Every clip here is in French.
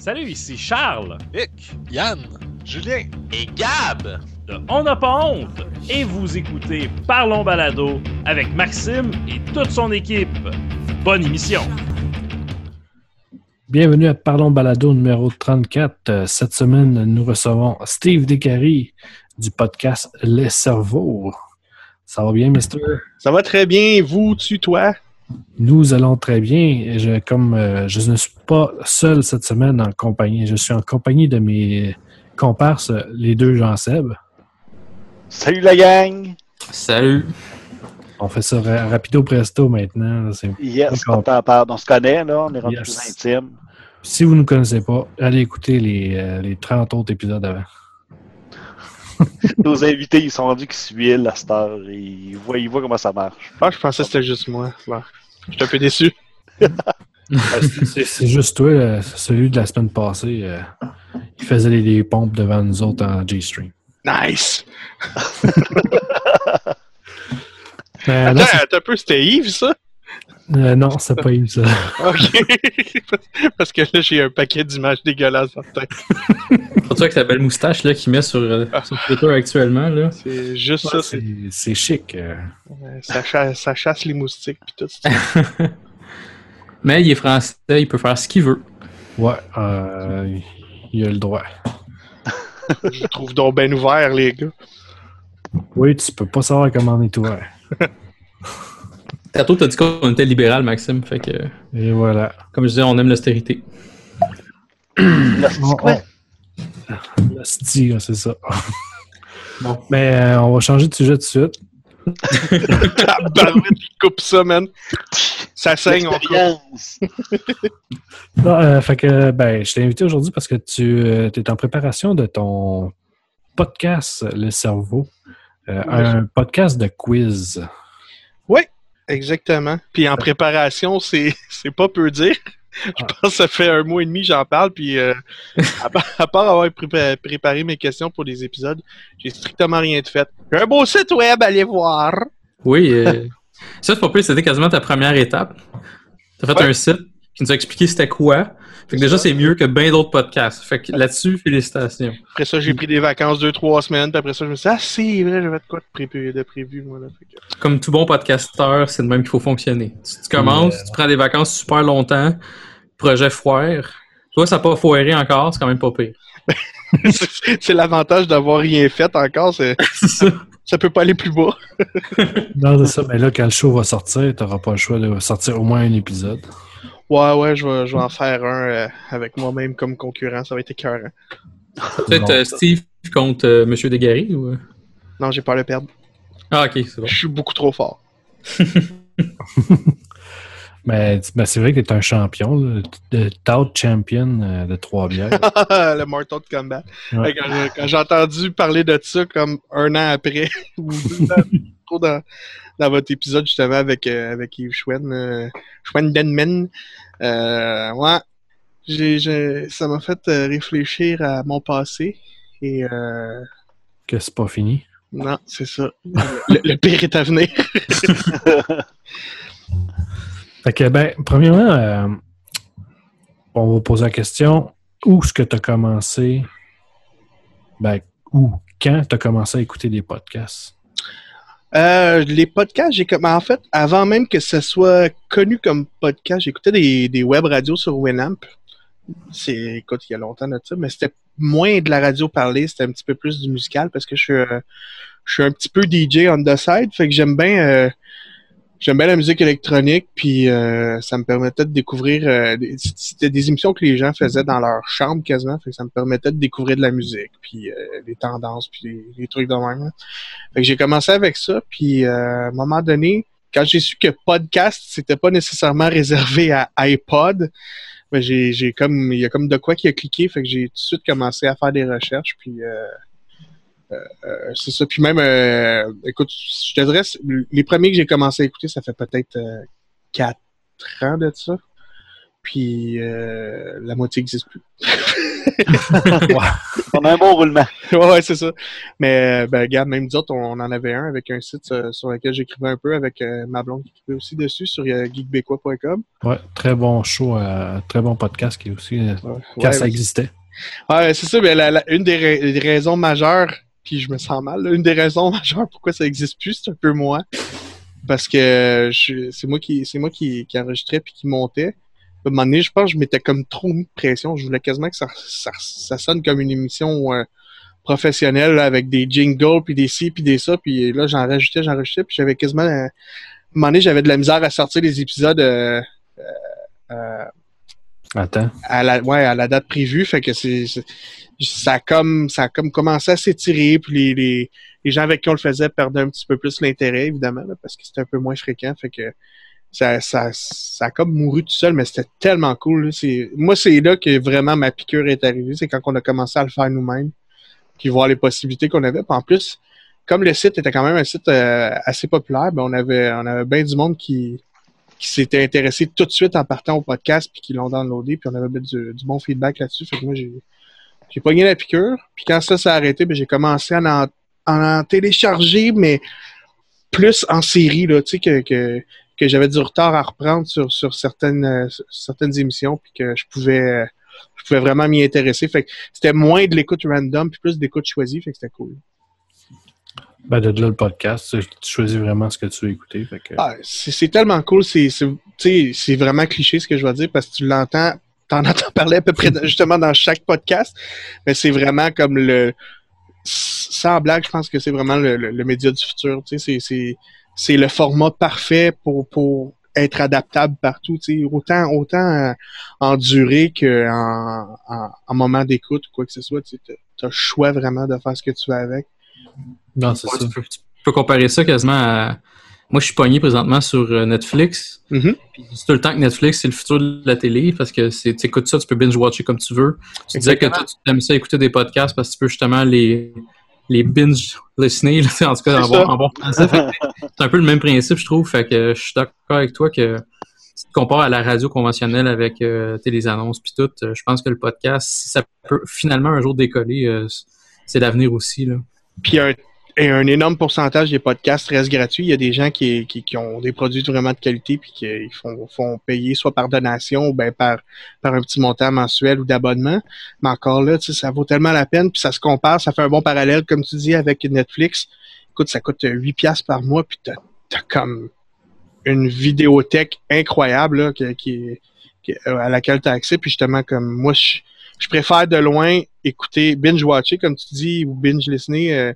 Salut, ici Charles, Vic, Yann, Julien et Gab de On n'a pas honte, et vous écoutez Parlons Balado avec Maxime et toute son équipe. Bonne émission! Bienvenue à Parlons Balado numéro 34. Cette semaine, nous recevons Steve Descaries du podcast Les Cerveaux. Ça va bien, mister? Ça va très bien. Vous, toi? Nous allons très bien. Je ne suis pas seul cette semaine en compagnie. Je suis en compagnie de mes comparses, les deux Jean-Seb. Salut la gang! Salut! On fait ça rapido presto maintenant. Yes, on se connaît, là, on est rendu plus intime. Si vous ne nous connaissez pas, allez écouter les 30 autres épisodes avant. Nos invités, ils sont rendus qui suivent à cette heure. Ils voient comment ça marche. Ah, je pensais que c'était juste moi. Bon, je suis un peu déçu. C'est juste toi, celui de la semaine passée. Il faisait des pompes devant nous autres en G-String. Nice! Attends, un peu, c'était Yves, ça? Non, c'est pas Yves, ça. OK. Parce que là, j'ai un paquet d'images dégueulasses en tête. C'est ça que sa belle moustache là, qu'il met sur Twitter actuellement. Là. C'est juste ouais, ça. C'est chic. Ça chasse les moustiques pis tout. Mais il est français, il peut faire ce qu'il veut. Ouais, il a le droit. Je trouve donc bien ouvert, les gars. Oui, tu peux pas savoir comment on est ouvert. Tantôt, t'as dit qu'on était libéral, Maxime. Fait que, et voilà. Comme je disais, on aime l'austérité. L'hostie, c'est ça. Bon. Mais on va changer de sujet tout de suite. Tabarouette, il coupe ça, man. Ça saigne, on coupe. Non, fait que, je t'ai invité aujourd'hui parce que tu es en préparation de ton podcast Le Cerveau. Un podcast de quiz. Oui, exactement. Puis en préparation, c'est pas peu dire. Je pense que ça fait 1 mois et demi que j'en parle, puis à part avoir préparé mes questions pour les épisodes, j'ai strictement rien de fait. J'ai un beau site web, allez voir! Oui, ça c'est pas plus, c'était quasiment ta première étape. T'as fait un site qui nous a expliqué c'était quoi. Fait que déjà, c'est mieux que bien d'autres podcasts. Fait que là-dessus, félicitations. Après ça, j'ai pris des vacances 2-3 semaines, puis après ça, je me suis dit, c'est vrai, j'avais de quoi de prévu, moi, là. Fait que... Comme tout bon podcasteur, c'est de même qu'il faut fonctionner. Tu commences, tu prends des vacances super longtemps, projet foire. Toi, ça n'a pas foiré encore, c'est quand même pas pire. c'est l'avantage d'avoir rien fait encore, c'est ça. Ça peut pas aller plus bas. Non, c'est ça, mais là, quand le show va sortir, t'auras pas le choix de sortir au moins un épisode. Ouais, je vais en faire un avec moi-même comme concurrent, ça va être écœurant. Peut-être Steve contre Monsieur Descaries ou... Non, j'ai peur de perdre. Ah, ok, c'est bon. Je suis beaucoup trop fort. Mais c'est vrai que t'es un champion, de tout champion de Trois-Bières. Le Mortal Kombat. Ouais. Quand j'ai entendu parler de ça comme 1 an après, ou 2 ans dans votre épisode justement avec Yves Schwen, Schwen Denman, ouais, ça m'a fait réfléchir à mon passé et que c'est pas fini. Non, c'est ça. Le pire est à venir. Fait que, premièrement, on va poser la question, où est-ce que tu as commencé, quand tu as commencé à écouter des podcasts? Les podcasts, en fait, avant même que ce soit connu comme podcast, j'écoutais des web radios sur Winamp. Écoute, il y a longtemps de ça, mais c'était moins de la radio parlée, c'était un petit peu plus du musical parce que je suis un petit peu DJ on the side, fait que j'aime bien la musique électronique, puis ça me permettait de découvrir c'était des émissions que les gens faisaient dans leur chambre quasiment, fait que ça me permettait de découvrir de la musique, puis les tendances, puis les trucs de même. Là. Fait que j'ai commencé avec ça, puis à un moment donné, quand j'ai su que podcast, c'était pas nécessairement réservé à iPod, ben il y a comme de quoi qui a cliqué, fait que j'ai tout de suite commencé à faire des recherches, puis c'est ça. Puis même, écoute, je te dirais, les premiers que j'ai commencé à écouter, ça fait peut-être 4 ans de ça. Puis la moitié n'existe plus. On a un bon roulement. Ouais, c'est ça. Mais, regarde, même nous autres, on en avait un avec un site sur lequel j'écrivais un peu avec ma blonde qui écrivait aussi dessus sur geekbequois.com. Ouais, très bon show, très bon podcast qui est aussi, quand ça existait. Ouais, c'est ça, mais une des raisons majeures, puis je me sens mal, là, une des raisons majeures pourquoi ça existe plus, c'est un peu moi. Parce que c'est moi qui enregistrais puis qui montais. À un moment donné, je pense que je m'étais comme trop mis de pression. Je voulais quasiment que ça sonne comme une émission professionnelle là, avec des jingles puis des ci puis des ça. Puis là, j'en rajoutais puis j'avais quasiment... à un moment donné, j'avais de la misère à sortir les épisodes Attends. à la date prévue. Fait que ça a comme commencé à s'étirer. Puis les gens avec qui on le faisait perdaient un petit peu plus l'intérêt, évidemment, là, parce que c'était un peu moins fréquent. Fait que ça a comme mouru tout seul, mais c'était tellement cool. Là. Moi, c'est là que vraiment ma piqûre est arrivée. C'est quand on a commencé à le faire nous-mêmes, puis voir les possibilités qu'on avait. Puis en plus, comme le site était quand même un site assez populaire, ben on avait bien du monde qui s'était intéressé tout de suite en partant au podcast, puis qui l'ont downloadé, puis on avait du bon feedback là-dessus. Fait que moi, j'ai pogné la piqûre. Puis quand ça s'est arrêté, ben j'ai commencé à en télécharger, mais plus en série, là, tu sais, que j'avais du retard à reprendre sur certaines émissions, puis que je pouvais vraiment m'y intéresser. Fait que c'était moins de l'écoute random, puis plus d'écoute choisie, fait que c'était cool. Ben, de là, le podcast, tu choisis vraiment ce que tu veux écouter. Fait que... c'est tellement cool, c'est vraiment cliché ce que je vais dire, parce que tu l'entends, t'en entends parler à peu près justement dans chaque podcast, mais c'est vraiment comme sans blague, je pense que c'est vraiment le média du futur, tu sais, c'est le format parfait pour être adaptable partout, tu sais, autant en durée qu'en moment d'écoute ou quoi que ce soit, tu sais, t'as le choix vraiment de faire ce que tu veux avec. Non, c'est ça. Tu peux comparer ça quasiment à... Moi, je suis pogné présentement sur Netflix. Mm-hmm. Puis c'est tout le temps que Netflix, c'est le futur de la télé parce que tu écoutes ça, tu peux binge-watcher comme tu veux. Tu disais que toi, tu aimes ça écouter des podcasts parce que tu peux justement les binge-listener, en tout cas, en bon français. C'est un peu le même principe, je trouve. Fait que je suis d'accord avec toi que si tu compares à la radio conventionnelle avec les annonces puis tout, je pense que le podcast, si ça peut finalement un jour décoller, c'est l'avenir aussi, là. Puis un énorme pourcentage des podcasts restent gratuits. Il y a des gens qui ont des produits vraiment de qualité puis qui font payer soit par donation ou bien par un petit montant mensuel ou d'abonnement. Mais encore là, tu sais, ça vaut tellement la peine puis ça se compare, ça fait un bon parallèle, comme tu dis, avec Netflix. Écoute, ça coûte 8$ par mois puis t'as comme une vidéothèque incroyable là, à laquelle t'as accès. Puis justement, comme moi, je préfère de loin écouter, binge-watcher, comme tu dis, ou binge-listener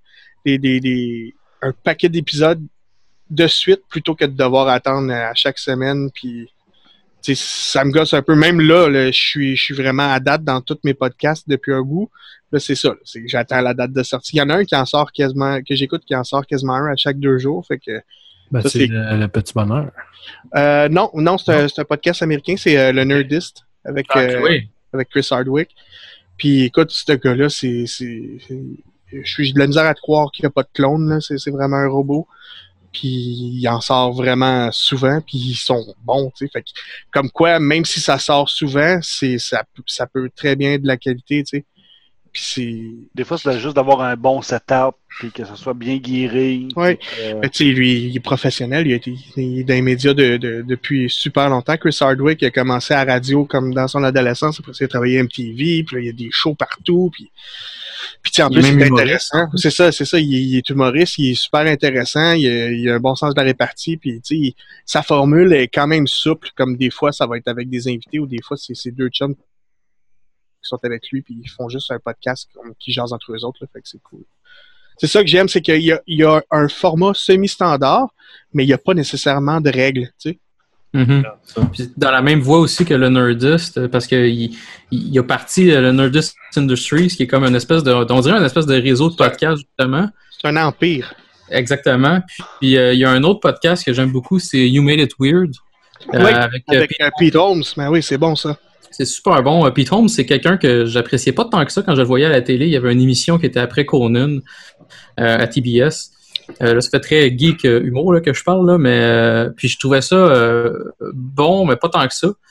un paquet d'épisodes de suite plutôt que de devoir attendre à chaque semaine. Puis, ça me gosse un peu. Même là, je suis vraiment à date dans tous mes podcasts depuis un bout. Là, c'est ça. C'est que j'attends la date de sortie. Il y en a un qui en sort quasiment, que j'écoute, qui en sort quasiment un à chaque 2 jours. Fait que. Ben, ça, c'est le petit bonheur. Non, c'est un podcast américain. C'est le Nerdist avec Chris Hardwick. Puis écoute, ce gars-là, j'ai de la misère à te croire qu'il n'y a pas de clone, là. C'est vraiment un robot. Puis il en sort vraiment souvent, puis ils sont bons, tu sais. Fait que, comme quoi, même si ça sort souvent, ça peut très bien être de la qualité, tu sais. Puis des fois, c'est juste d'avoir un bon setup, puis que ça soit bien guiré. Oui. Tu sais, lui, il est professionnel, il est dans les médias depuis super longtemps. Chris Hardwick, il a commencé à la radio comme dans son adolescence, après il a travaillé à MTV, puis là, il y a des shows partout, puis en plus, c'est intéressant. C'est ça, il est humoriste, il est super intéressant, il a un bon sens de la répartie, puis tu sais, sa formule est quand même souple, comme des fois, ça va être avec des invités, ou des fois, c'est 2 chums qui sont avec lui, puis ils font juste un podcast qui jasent entre eux autres, là, fait que c'est cool. C'est ça que j'aime, c'est qu'il y a un format semi-standard, mais il n'y a pas nécessairement de règles, tu sais. Mm-hmm. Puis dans la même voie aussi que le Nerdist, parce qu'il a parti le Nerdist Industries, qui est comme une espèce on dirait une espèce de réseau de podcasts, justement. C'est un empire. Exactement. Puis il y a un autre podcast que j'aime beaucoup, c'est You Made It Weird. Oui, avec Pete Holmes. Mais oui, c'est bon, ça. C'est super bon. Pete Holmes, c'est quelqu'un que j'appréciais pas tant que ça quand je le voyais à la télé. Il y avait une émission qui était après Conan à TBS. Là, ça fait très geek humour là, que je parle, là, mais puis je trouvais ça bon, mais pas tant que ça.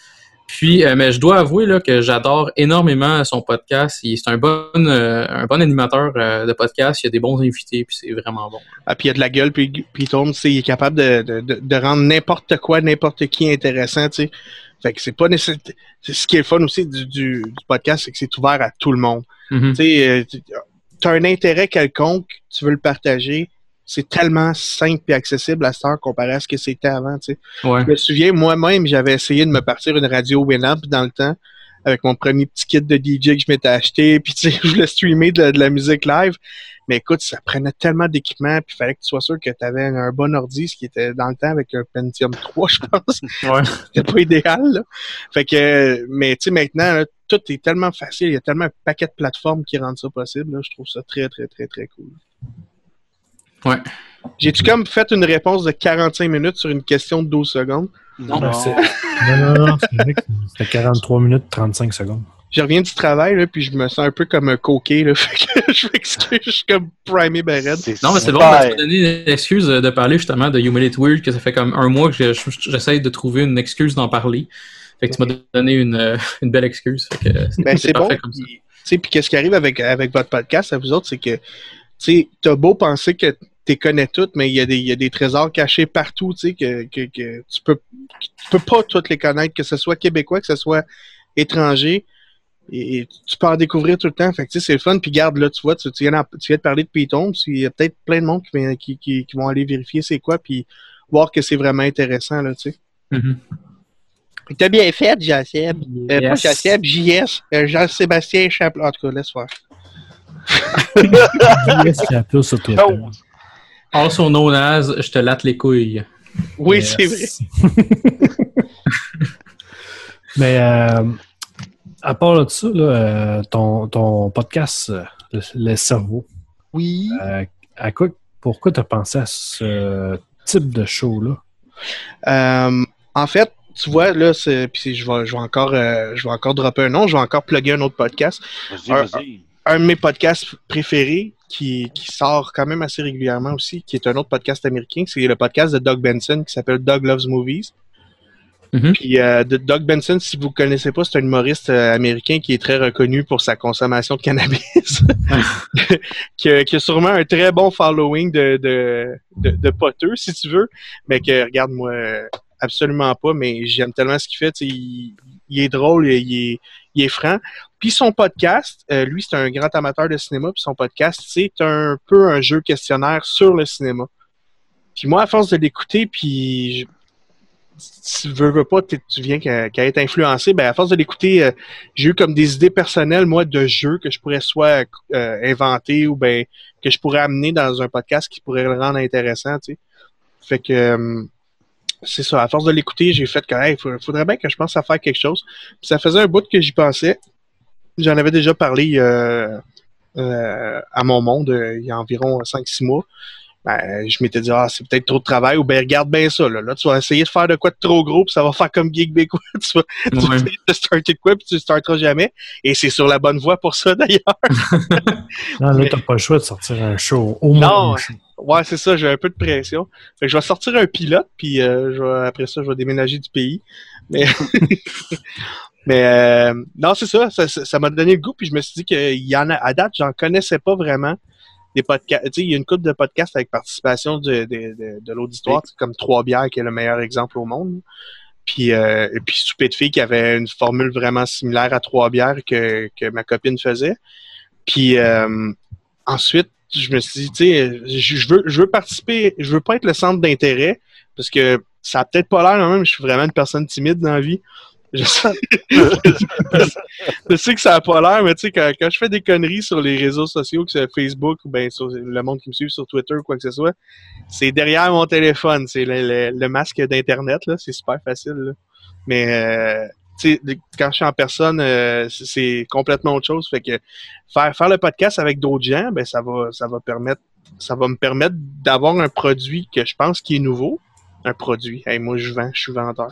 Puis, mais je dois avouer là, que j'adore énormément son podcast. C'est un bon animateur de podcast. Il y a des bons invités, puis c'est vraiment bon. Ah, puis il y a de la gueule, puis il tombe, il est capable de rendre n'importe quoi, n'importe qui intéressant, tu sais. Fait que c'est pas nécessaire. C'est ce qui est le fun aussi du podcast, c'est que c'est ouvert à tout le monde. Mm-hmm. Tu sais, t'as un intérêt quelconque, tu veux le partager. C'est tellement simple et accessible à cette heure comparé à ce que c'était avant, tu sais. Ouais. Je me souviens, moi-même, j'avais essayé de me partir une radio Winamp dans le temps, avec mon premier petit kit de DJ que je m'étais acheté, puis tu sais, je voulais streamer de la musique live. Mais écoute, ça prenait tellement d'équipement, puis il fallait que tu sois sûr que tu avais un bon ordi, ce qui était dans le temps avec un Pentium 3, je pense. Ouais. C'était pas idéal, là. Fait que, mais tu sais, maintenant, là, tout est tellement facile, il y a tellement un paquet de plateformes qui rendent ça possible, là. Je trouve ça très, très, très, très cool. Ouais. J'ai-tu comme fait une réponse de 45 minutes sur une question de 12 secondes? Non, Non, c'est vrai que c'était 43 minutes 35 secondes. Je reviens du travail, là, puis je me sens un peu comme un coquet, là. Fait que je m'excuse, je suis comme primé ben raide. Non, mais c'est bon, parce que tu m'as donné une excuse de parler justement de You Made It Weird, que ça fait comme un mois que j'essaye de trouver une excuse d'en parler. Fait que tu m'as donné une belle excuse. Fait que Ben, c'est bon. Puis qu'est-ce qui arrive avec votre podcast, à vous autres, c'est que, tu sais, t'as beau penser que tu connais toutes, mais il y a des trésors cachés partout, tu sais, que tu peux pas toutes les connaître, que ce soit québécois, que ce soit étranger. Et tu peux en découvrir tout le temps. Fait que tu sais, c'est le fun. Puis garde, là, tu vois, tu viens de parler de Python. Il y a peut-être plein de monde qui vont aller vérifier c'est quoi, puis voir que c'est vraiment intéressant, là, tu sais. Mm-hmm. T'as bien fait, Jean-Seb. Yes. Pas Jean-Seb, JS. Jean-Sébastien Chaplin. En tout cas, laisse faire. JS Chaplin sur Twitter. Also known as je te latte les couilles. Oui, Yes. c'est vrai. Mais à part de ça, là, ton podcast, le cerveau, Oui. pourquoi tu as pensé à ce type de show-là? En fait, tu vois, là, puis je vais encore dropper un nom, je vais encore plugger un autre podcast. Vas-y. Un de mes podcasts préférés qui sort quand même assez régulièrement aussi, qui est un autre podcast américain, c'est le podcast de Doug Benson qui s'appelle Doug Loves Movies. Mm-hmm. Puis Doug Benson, si vous ne connaissez pas, c'est un humoriste américain qui est très reconnu pour sa consommation de cannabis. qui a sûrement un très bon following de poteux, si tu veux, mais que, regarde, moi, absolument pas, mais j'aime tellement ce qu'il fait. Il est drôle, il est franc. Puis son podcast, lui, c'est un grand amateur de cinéma, puis son podcast, c'est un peu un jeu questionnaire sur le cinéma. Puis moi, à force de l'écouter, puis si tu veux pas, tu viens qu'à être influencé, ben à force de l'écouter, j'ai eu comme des idées personnelles, moi, de jeux que je pourrais soit inventer ou ben que je pourrais amener dans un podcast qui pourrait le rendre intéressant, tu sais. Fait que c'est ça, à force de l'écouter, j'ai fait que hey, faudrait bien que je pense à faire quelque chose. Puis ça faisait un bout que j'y pensais. J'en avais déjà parlé à mon monde il y a environ 5-6 mois. Ben, je m'étais dit, c'est peut-être trop de travail, ou ben regarde bien ça, là. Là, tu vas essayer de faire de quoi de trop gros, puis ça va faire comme Geek Big, tu vas essayer de starter de quoi, puis tu ne starteras jamais. Et c'est sur la bonne voie pour ça, d'ailleurs. Non, là, t'as pas le choix de sortir un show. Au moins Non, un show. Ouais, c'est ça, j'ai un peu de pression. Fait que je vais sortir un pilote, puis après ça, je vais déménager du pays. Mais non, c'est ça m'a donné le goût, puis je me suis dit qu'il y en a, à date, j'en connaissais pas vraiment. Des podcasts, tu sais, il y a une couple de podcasts avec participation de l'auditoire, comme Trois Bières qui est le meilleur exemple au monde. Puis et puis Souper de filles qui avait une formule vraiment similaire à Trois Bières que ma copine faisait. Puis ensuite, je me suis dit, tu sais, je veux participer, je veux pas être le centre d'intérêt parce que ça a peut-être pas l'air même, je suis vraiment une personne timide dans la vie. Je sais que ça n'a pas l'air, mais tu sais, quand je fais des conneries sur les réseaux sociaux, que c'est Facebook ou bien sur le monde qui me suit sur Twitter ou quoi que ce soit, c'est derrière mon téléphone. C'est le masque d'Internet, là, c'est super facile. Là. Mais tu sais, quand je suis en personne, c'est complètement autre chose. Fait que faire le podcast avec d'autres gens, ben ça va me permettre d'avoir un produit que je pense qui est nouveau. Un produit. Hey, moi, je suis vendeur.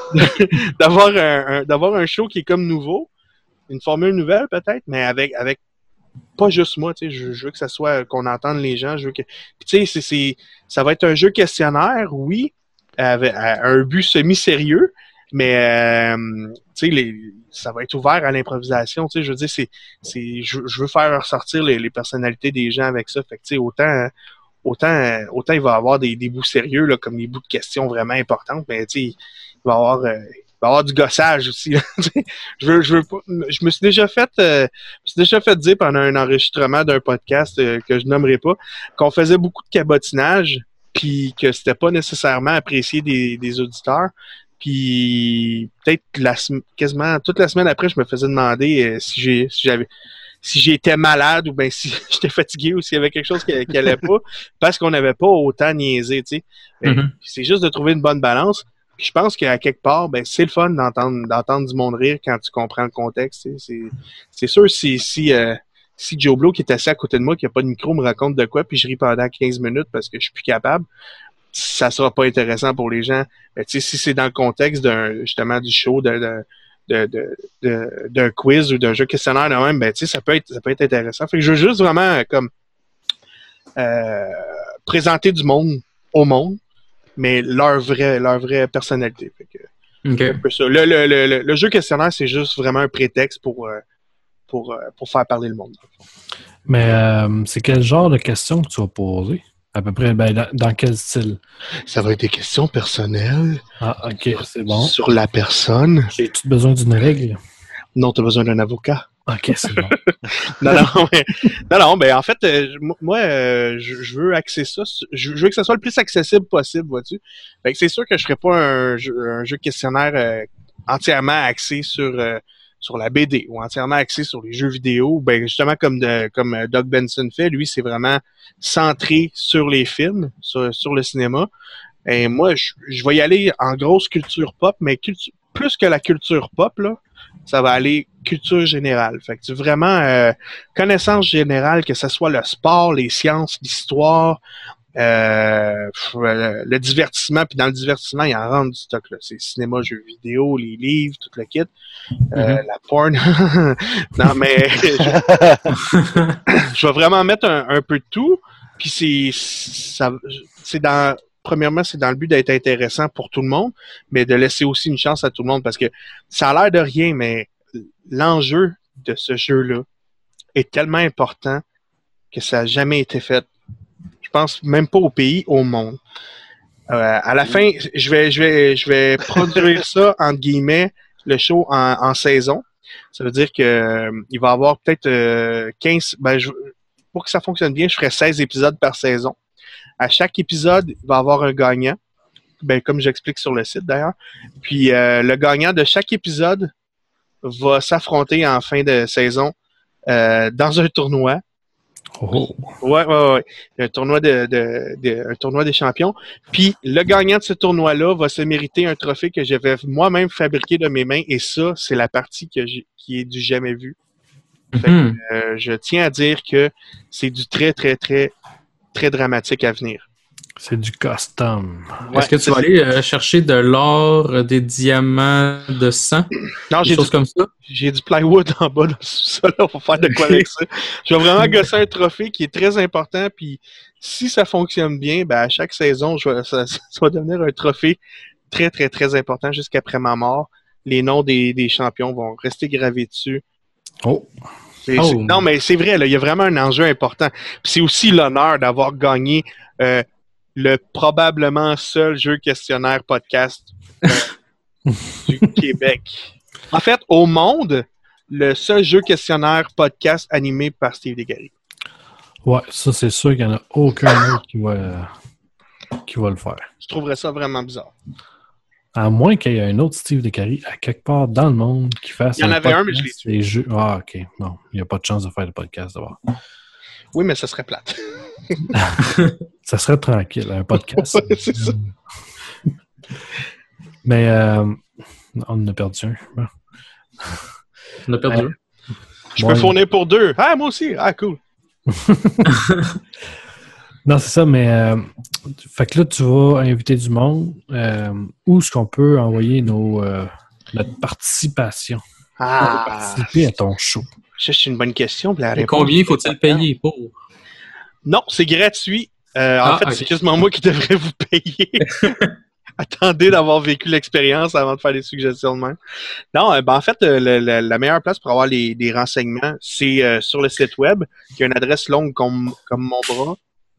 d'avoir un show qui est comme nouveau, une formule nouvelle peut-être, mais avec pas juste moi, tu sais, je veux que ça soit qu'on entende les gens, je veux que tu sais ça va être un jeu questionnaire, oui, avec un but semi-sérieux, Mais tu sais, ça va être ouvert à l'improvisation. Tu sais, je veux dire, je veux faire ressortir les personnalités des gens avec ça. Fait que tu sais, autant il va y avoir des bouts sérieux là, comme des bouts de questions vraiment importantes, mais tu sais, il va y avoir du gossage aussi. Je me suis déjà fait dire pendant un enregistrement d'un podcast que je nommerai pas qu'on faisait beaucoup de cabotinage, puis que c'était pas nécessairement apprécié des auditeurs. Puis peut-être quasiment toute la semaine après, je me faisais demander si j'étais malade ou bien si j'étais fatigué ou s'il y avait quelque chose qui allait pas, parce qu'on n'avait pas autant niaisé, tu sais. Mm-hmm. C'est juste de trouver une bonne balance. Puis je pense qu'à quelque part, ben c'est le fun d'entendre du monde rire quand tu comprends le contexte. C'est sûr si Joe Blow qui est assis à côté de moi, qui a pas de micro, me raconte de quoi, puis je ris pendant 15 minutes parce que je suis plus capable, ça sera pas intéressant pour les gens. Mais tu sais, si c'est dans le contexte justement du show, d'un quiz ou d'un jeu questionnaire de même, ben tu sais, ça peut être intéressant. Fait que je veux juste vraiment comme présenter du monde au monde, mais leur vraie personnalité. Fait que, OK. un peu ça. Le jeu questionnaire, c'est juste vraiment un prétexte pour faire parler le monde. Mais c'est quel genre de questions que tu vas poser? À peu près, ben, dans quel style? Ça va être des questions personnelles. Ah, OK, c'est bon. Sur la personne. J'ai-tu besoin d'une règle? Non, tu as besoin d'un avocat. OK, c'est bon. Non, ben en fait, moi, je veux axer ça. Je veux que ça soit le plus accessible possible, vois-tu. Fait que c'est sûr que je ferai pas un jeu questionnaire entièrement axé sur la BD ou entièrement axé sur les jeux vidéo. Ben justement comme Doug Benson fait, lui, c'est vraiment centré sur les films, sur le cinéma. Et moi, je vais y aller en grosse culture pop, mais plus que la culture pop, là, ça va aller culture générale. Fait que tu vraiment connaissance générale, que ce soit le sport, les sciences, l'histoire, le divertissement, puis dans le divertissement, il y en rentre du stock, là. C'est cinéma, jeux vidéo, les livres, tout le kit. La porn. Non, mais je vais vraiment mettre un peu de tout. Puis premièrement, c'est dans le but d'être intéressant pour tout le monde, mais de laisser aussi une chance à tout le monde, parce que ça a l'air de rien, mais l'enjeu de ce jeu-là est tellement important que ça n'a jamais été fait. Je pense même pas au pays, au monde. À la fin, je vais produire ça, entre guillemets, le show en saison. Ça veut dire que il va y avoir peut-être 15... pour que ça fonctionne bien, je ferai 16 épisodes par saison. À chaque épisode, il va y avoir un gagnant. Ben, comme j'explique sur le site d'ailleurs. Puis le gagnant de chaque épisode va s'affronter en fin de saison dans un tournoi. Oh. Ouais. Un tournoi un tournoi des champions. Puis le gagnant de ce tournoi-là va se mériter un trophée que j'avais moi-même fabriqué de mes mains. Et ça, c'est la partie qui est du jamais vu. Fait que, je tiens à dire que c'est du très, très, très, très dramatique à venir. C'est du custom. Ouais, est-ce que tu vas aller chercher de l'or, des diamants de sang? Non, des choses comme ça? J'ai du plywood en bas, là, ça, là, on va faire de quoi avec ça. Je vais vraiment gosser un trophée qui est très important, puis si ça fonctionne bien, ben à chaque saison, ça va devenir un trophée très, très, très important jusqu'après ma mort. Les noms des champions vont rester gravés dessus. Oh! Non, mais c'est vrai, là, il y a vraiment un enjeu important. Puis c'est aussi l'honneur d'avoir gagné le probablement seul jeu questionnaire podcast du Québec. En fait, au monde, le seul jeu questionnaire podcast animé par Steve Desgaris. Ouais, ça, c'est sûr qu'il n'y en a aucun autre qui va le faire. Je trouverais ça vraiment bizarre. À moins qu'il y ait un autre Steve Descaries à quelque part dans le monde qui fasse. Il y en avait un, mais je l'ai tué. Les jeux. Ah, ok. Non, il n'y a pas de chance de faire le podcast d'abord. Oui, mais ça serait plate. Ça serait tranquille, un podcast. Ouais, c'est ça. Mais on en a perdu un. Bon. On a perdu un. Je peux fournir pour 2. Ah, moi aussi. Ah, cool. Non, c'est ça, mais fait que là, tu vas inviter du monde. Où est-ce qu'on peut envoyer notre participation? Pour participer à ton show. Ça, c'est une bonne question. Et combien faut-il payer pour? Non, c'est gratuit. En fait, c'est quasiment moi qui devrais vous payer. Attendez d'avoir vécu l'expérience avant de faire des suggestions de même. Non, en fait, la meilleure place pour avoir des renseignements, c'est sur le site web, qui a une adresse longue comme mon bras,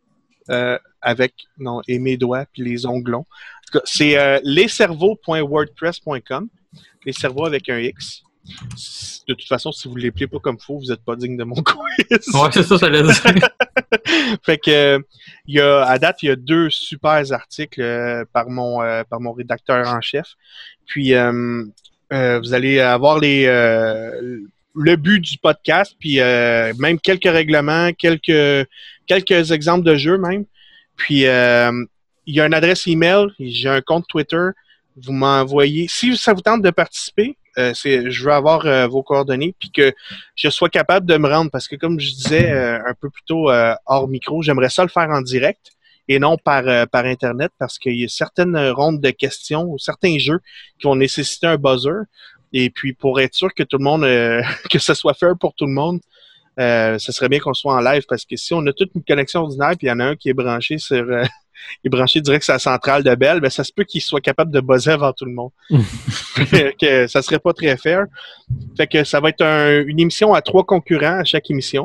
avec et mes doigts puis les ongles longs. En tout cas, c'est lescerveaux.wordpress.com, les cerveaux avec un X. De toute façon, si vous ne l'appelez pas comme il faut, vous n'êtes pas digne de mon quiz. Ouais, c'est ça, j'allais dire. Fait que à date, il y a 2 super articles par mon rédacteur en chef. Puis vous allez avoir le but du podcast, puis même quelques règlements, quelques exemples de jeux même. Puis il y a une adresse email, j'ai un compte Twitter. Vous m'envoyez. Si ça vous tente de participer, je veux avoir vos coordonnées puis que je sois capable de me rendre parce que comme je disais un peu plus tôt hors micro, j'aimerais ça le faire en direct et non par Internet parce qu'il y a certaines rondes de questions ou certains jeux qui vont nécessiter un buzzer et puis pour être sûr que tout le monde que ça soit fair pour tout le monde, ce serait bien qu'on soit en live parce que si on a toute une connexion ordinaire puis il y en a un qui est branché sur il est branché direct sur la centrale de Bell, ben ça se peut qu'il soit capable de buzzer avant tout le monde. Que ça serait pas très fair. Fait que ça va être une émission à 3 concurrents à chaque émission.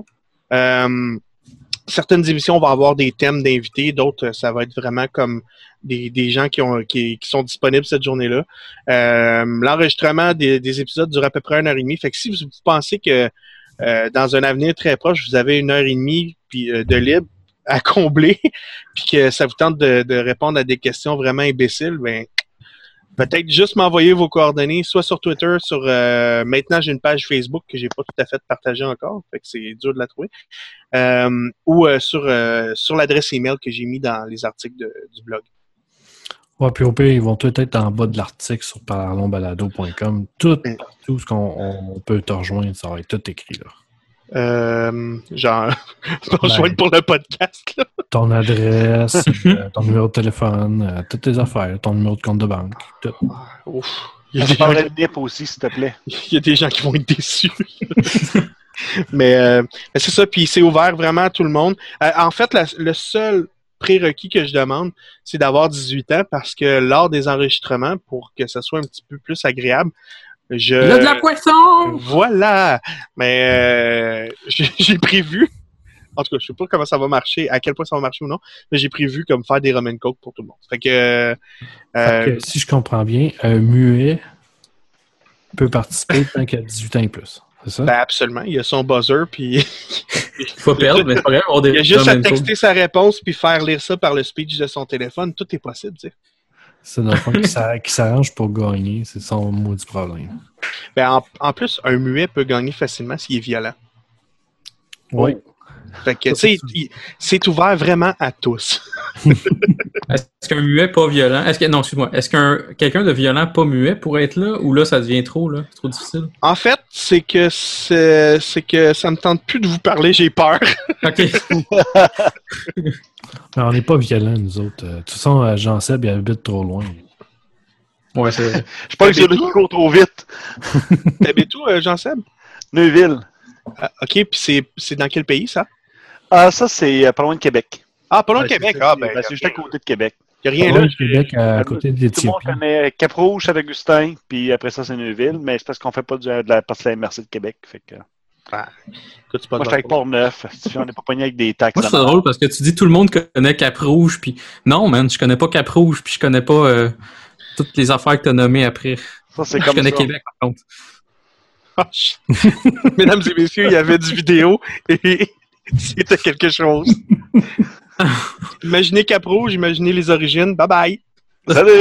Certaines émissions vont avoir des thèmes d'invités, d'autres ça va être vraiment comme des gens qui sont disponibles cette journée-là. L'enregistrement des épisodes dure à peu près 1h30. Fait que si vous pensez que dans un avenir très proche, vous avez 1h30 puis de libre à combler, puis que ça vous tente de répondre à des questions vraiment imbéciles, ben peut-être juste m'envoyer vos coordonnées, soit sur Twitter, maintenant j'ai une page Facebook que j'ai pas tout à fait partagée encore, fait que c'est dur de la trouver, ou sur l'adresse email que j'ai mis dans les articles du blog. Ouais, puis au pire, ils vont tout être en bas de l'article sur parlonsbalado.com. Tout ce qu'on peut te rejoindre, ça va être tout écrit là. Rejoindre pour le podcast, là. Ton adresse, ton numéro de téléphone, toutes tes affaires, ton numéro de compte de banque, tout. Ouf. Je parlerai de NIP aussi, s'il te plaît. Il y a des gens qui vont être déçus. mais c'est ça, puis c'est ouvert vraiment à tout le monde. En fait, le seul prérequis que je demande, c'est d'avoir 18 ans parce que lors des enregistrements, pour que ça soit un petit peu plus agréable, il y a de la poisson! Voilà! Mais j'ai prévu, en tout cas, je sais pas comment ça va marcher, à quel point ça va marcher ou non, mais j'ai prévu comme faire des rum and coke pour tout le monde. Fait que si je comprends bien, un muet peut participer tant qu'il a 18 ans et plus. C'est ça? Ben absolument. Il y a son buzzer, puis il faut perdre, mais c'est pas grave. Il y a juste à texter sa réponse puis faire lire ça par le speech de son téléphone. Tout est possible, tu sais. C'est dans le fond qui s'arrange pour gagner. C'est son maudit problème. Ben, en plus, un muet peut gagner facilement s'il est violent. Oui. Fait que, tu sais, c'est ouvert vraiment à tous. Est-ce qu'un muet pas violent... Non, excuse-moi. Est-ce quelqu'un de violent pas muet pourrait être là ou là, ça devient trop, là? C'est trop difficile? En fait, c'est que ça me tente plus de vous parler, j'ai peur. OK. On n'est pas violents, nous autres. De toute façon, Jean-Seb, il habite trop loin. Ouais, c'est vrai. Je pense que c'est qui court trop vite. T'habites où, Jean-Seb? Neuville. OK, puis c'est dans quel pays, ça? Ah, ça, c'est pas loin de Québec. Ah, pas loin de Québec? C'est juste à côté de Québec. Il n'y a rien là. là. Québec, à côté de Tout le monde connaît Cap-Rouge, Saint-Augustin, puis après ça, c'est Neuville, mais c'est parce qu'on fait pas de la partie de la MRC de Québec. Fait que... écoute, c'est pas moi, je suis avec Port-Neuf. On n'est pas pogné avec des taxes. Moi, c'est drôle parce que tu dis tout le monde connaît Cap-Rouge, puis non, man, je connais pas Cap-Rouge, puis je connais pas toutes les affaires que tu as nommées après. Ça, c'est je comme connais ça. Québec, par contre. Mesdames et messieurs, il y avait du vidéo et c'était quelque chose. Imaginez Cap-Rouge, imaginez les origines. Bye bye! Salut!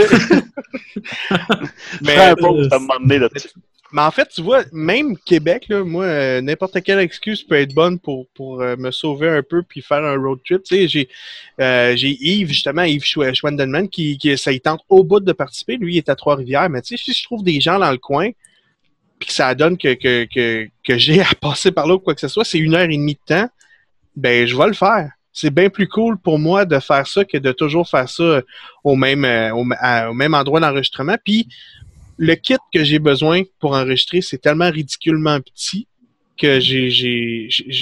Mais, un pause à un moment donné là-dessus. Mais en fait, tu vois, même Québec, là, moi, n'importe quelle excuse peut être bonne pour me sauver un peu puis faire un road trip. Tu sais, j'ai Yves, justement, Yves Schwendenman, qui ça y tente au bout de participer. Lui, il est à Trois-Rivières. Mais tu sais, si je trouve des gens dans le coin puis que ça donne que j'ai à passer par là ou quoi que ce soit, c'est 1h30 de temps, ben je vais le faire. C'est bien plus cool pour moi de faire ça que de toujours faire ça au même endroit d'enregistrement. Puis le kit que j'ai besoin pour enregistrer, c'est tellement ridiculement petit que je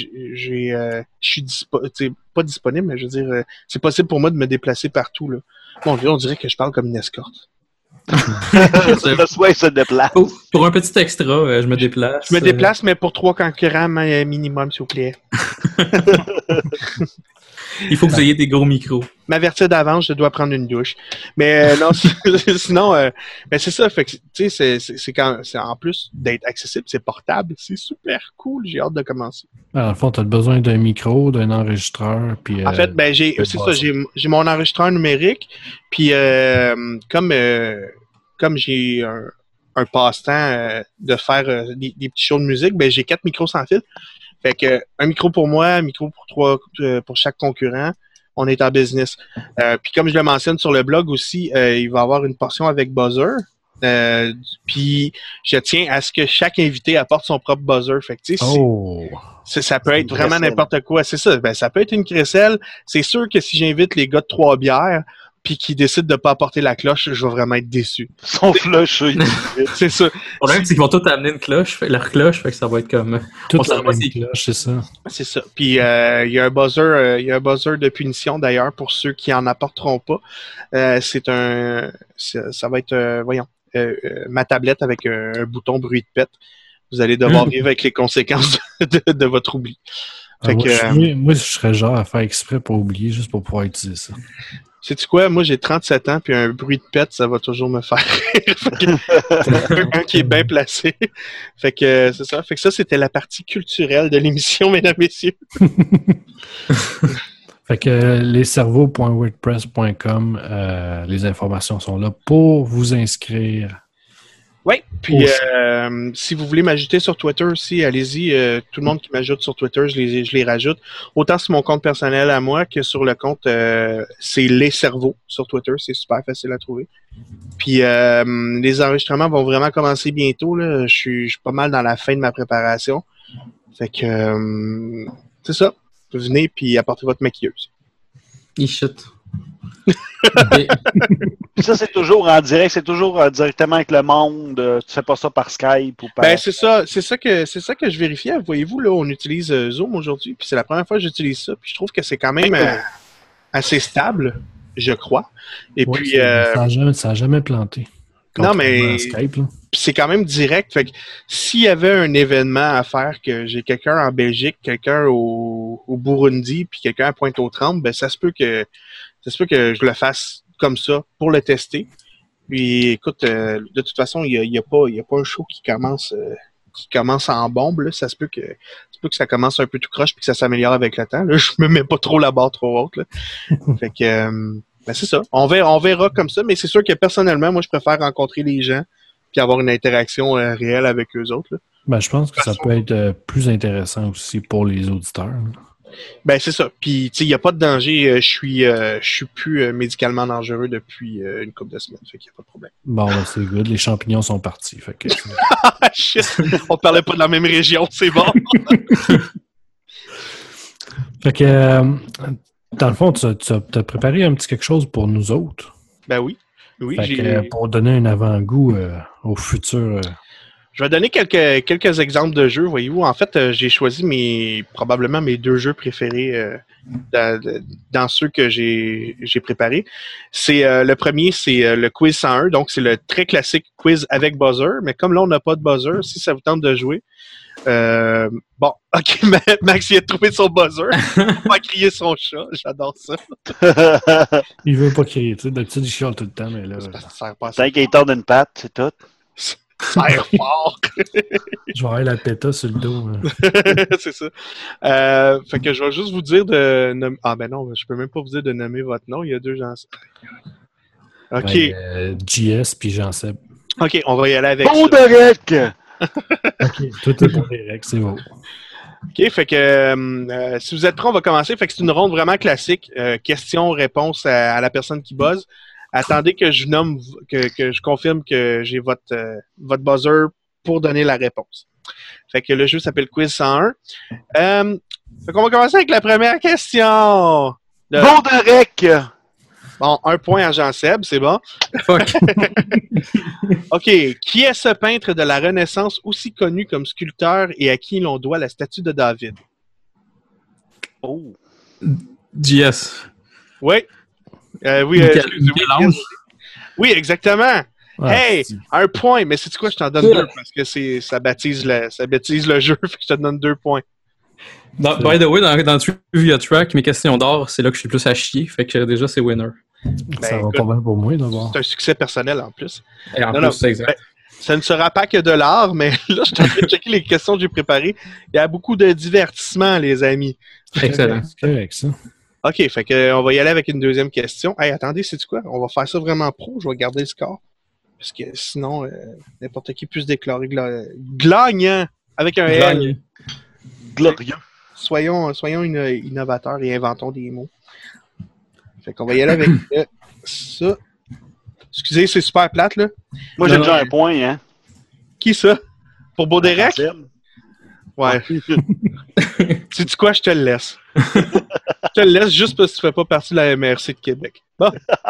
suis pas disponible, mais je veux dire, c'est possible pour moi de me déplacer partout là. Mon Dieu, on dirait que je parle comme une escorte. Le soin se déplace. Pour un petit extra, je me déplace. Je me déplace, mais pour 3 concurrents minimum, s'il vous plaît. Il faut que vous ayez des gros micros. M'avertir d'avance, je dois prendre une douche. Mais non, sinon, ben c'est ça. Fait que, tu sais, c'est en plus d'être accessible, c'est portable. C'est super cool. J'ai hâte de commencer. Dans le fond, tu as besoin d'un micro, d'un enregistreur. Puis, En fait, ben c'est ça. J'ai mon enregistreur numérique. Puis comme j'ai un passe-temps de faire des petits shows de musique, ben j'ai 4 micros sans fil. Fait que un micro pour moi, un micro pour 3 pour chaque concurrent. On est en business. Puis comme je le mentionne sur le blog aussi, il va y avoir une portion avec buzzer. Puis je tiens à ce que chaque invité apporte son propre buzzer. Fait que tu sais, ça peut être vraiment n'importe quoi. C'est ça. Ben ça peut être une crécelle. C'est sûr que si j'invite les gars de 3 bières, puis qui décident de pas apporter la cloche, je vais vraiment être déçu. Son flush, c'est ça. Le problème, c'est qu'ils vont tous amener une cloche, leur cloche, fait que ça va être comme... Toute la même cloche, c'est ça. C'est ça. Puis il y a un buzzer de punition d'ailleurs pour ceux qui en apporteront pas. Ça va être, ma tablette avec un bouton bruit de pète. Vous allez devoir vivre avec les conséquences de votre oubli. Fait moi, je serais genre à faire exprès pour oublier, juste pour pouvoir utiliser ça. Sais-tu quoi? Moi, j'ai 37 ans, puis un bruit de pète, ça va toujours me faire rire. Un qui est bien placé. Fait que c'est ça. Fait que ça, c'était la partie culturelle de l'émission, mesdames, messieurs. Fait que lescerveaux.wordpress.com, les informations sont là pour vous inscrire. Oui, puis si vous voulez m'ajouter sur Twitter aussi, allez-y. Tout le monde qui m'ajoute sur Twitter, je les rajoute. Autant sur mon compte personnel à moi que sur le compte, c'est Les Cerveaux sur Twitter. C'est super facile à trouver. Puis les enregistrements vont vraiment commencer bientôt. Là. Je suis pas mal dans la fin de ma préparation. Fait que c'est ça. Venez puis apportez votre maquilleuse. Shit. Ça, c'est toujours en direct, c'est toujours directement avec le monde. Tu fais pas ça par Skype ou par... Ben, c'est ça que je vérifiais. Voyez-vous, là, on utilise Zoom aujourd'hui, puis c'est la première fois que j'utilise ça, puis je trouve que c'est quand même assez stable, je crois. Et puis... Ça a jamais planté. Non, mais... Skype, là. Puis c'est quand même direct. Fait que s'il y avait un événement à faire, que j'ai quelqu'un en Belgique, quelqu'un au Burundi, puis quelqu'un à Pointe-aux-Trembles, ben ça se peut que je le fasse comme ça pour le tester. Puis écoute, de toute façon, il y a pas un show qui commence en bombe. Là. Ça se peut que ça commence un peu tout croche puis que ça s'améliore avec le temps. Là, je me mets pas trop la barre trop haute. Là. Fait que ben c'est ça. On verra comme ça, mais c'est sûr que personnellement, moi je préfère rencontrer les gens puis avoir une interaction réelle avec eux autres. Là. Ben, je pense que ça peut être plus intéressant aussi pour les auditeurs. Là. Ben c'est ça. Puis tu sais, il n'y a pas de danger. Je suis plus médicalement dangereux depuis une couple de semaines. Fait qu'il n'y a pas de problème. Bon, ben, c'est good. Les champignons sont partis. Fait que... Shit! On parlait pas de la même région, c'est bon. Fait que dans le fond, tu as préparé un petit quelque chose pour nous autres. Ben oui. Oui, fait que, pour donner un avant-goût au futur. Je vais donner quelques exemples de jeux, voyez-vous. En fait, j'ai choisi probablement mes 2 jeux préférés dans ceux que j'ai préparés. Le premier, c'est le Quiz 101, donc c'est le très classique quiz avec buzzer, mais comme là, on n'a pas de buzzer, si ça vous tente de jouer, bon, ok, Max vient de trouver son buzzer. Il va crier son chat, j'adore ça. Il veut pas crier, tu sais, d'habitude il chiale tout le temps, mais là... Ça sert pas à ça. Tant qu'il tord d'une patte, c'est tout. Ça sert fort. Je vais avoir la péta sur le dos. C'est ça. Fait que je vais juste vous dire de nommer... Ah ben non, je peux même pas vous dire de nommer votre nom, il y a 2 gens. Ok. Ben, JS puis Jean-Seb. Ok, on va y aller avec Bon, ça. Derek! Ok, tout est pour Derek, c'est bon. OK, fait que si vous êtes prêts, on va commencer. Fait que c'est une ronde vraiment classique. Question-réponse à la personne qui buzz. Attendez que je nomme, que je confirme que j'ai votre buzzer pour donner la réponse. Fait que le jeu s'appelle Quiz 101. Fait qu'on va commencer avec la première question. Bon, Derek! Bon, 1 point à Jean-Seb, c'est bon. OK. Qui est ce peintre de la Renaissance aussi connu comme sculpteur et à qui l'on doit la statue de David? Oh. JS. Oui. Oui, Michel-Ange. oui, exactement. Ah, Hey, c'est- un point, mais c'est quoi, je t'en donne deux parce que ça baptise le jeu, fait que je te donne 2 points. By the way, dans Trivia Track, mes questions d'or, c'est là que je suis plus à chier. Fait que déjà, c'est winner. ça va écoute, pas mal pour moi d'abord. C'est un succès personnel en plus. Et en Non, plus, non, c'est exact. Ça ne sera pas que de l'art, mais là, je suis en train de checker les questions que j'ai préparées. Il y a beaucoup de divertissement, les amis. Excellent. C'est correct, ça. OK, fait que on va y aller avec une deuxième question. Hey, attendez, sais-tu quoi? On va faire ça vraiment pro. Je vais garder le score. Parce que sinon, n'importe qui peut se déclarer gagnant avec un L. Gagne. Glorieux. Soyons innovateurs et inventons des mots. Fait qu'on va y aller avec ça. Excusez, c'est super plate, là. Moi, j'ai Non, déjà non. un point, hein. Qui ça? Pour Baudérec? Maxime. Ouais. Sais-tu quoi? Je te le laisse. Je te le laisse juste parce que tu fais pas partie de la MRC de Québec. Bon.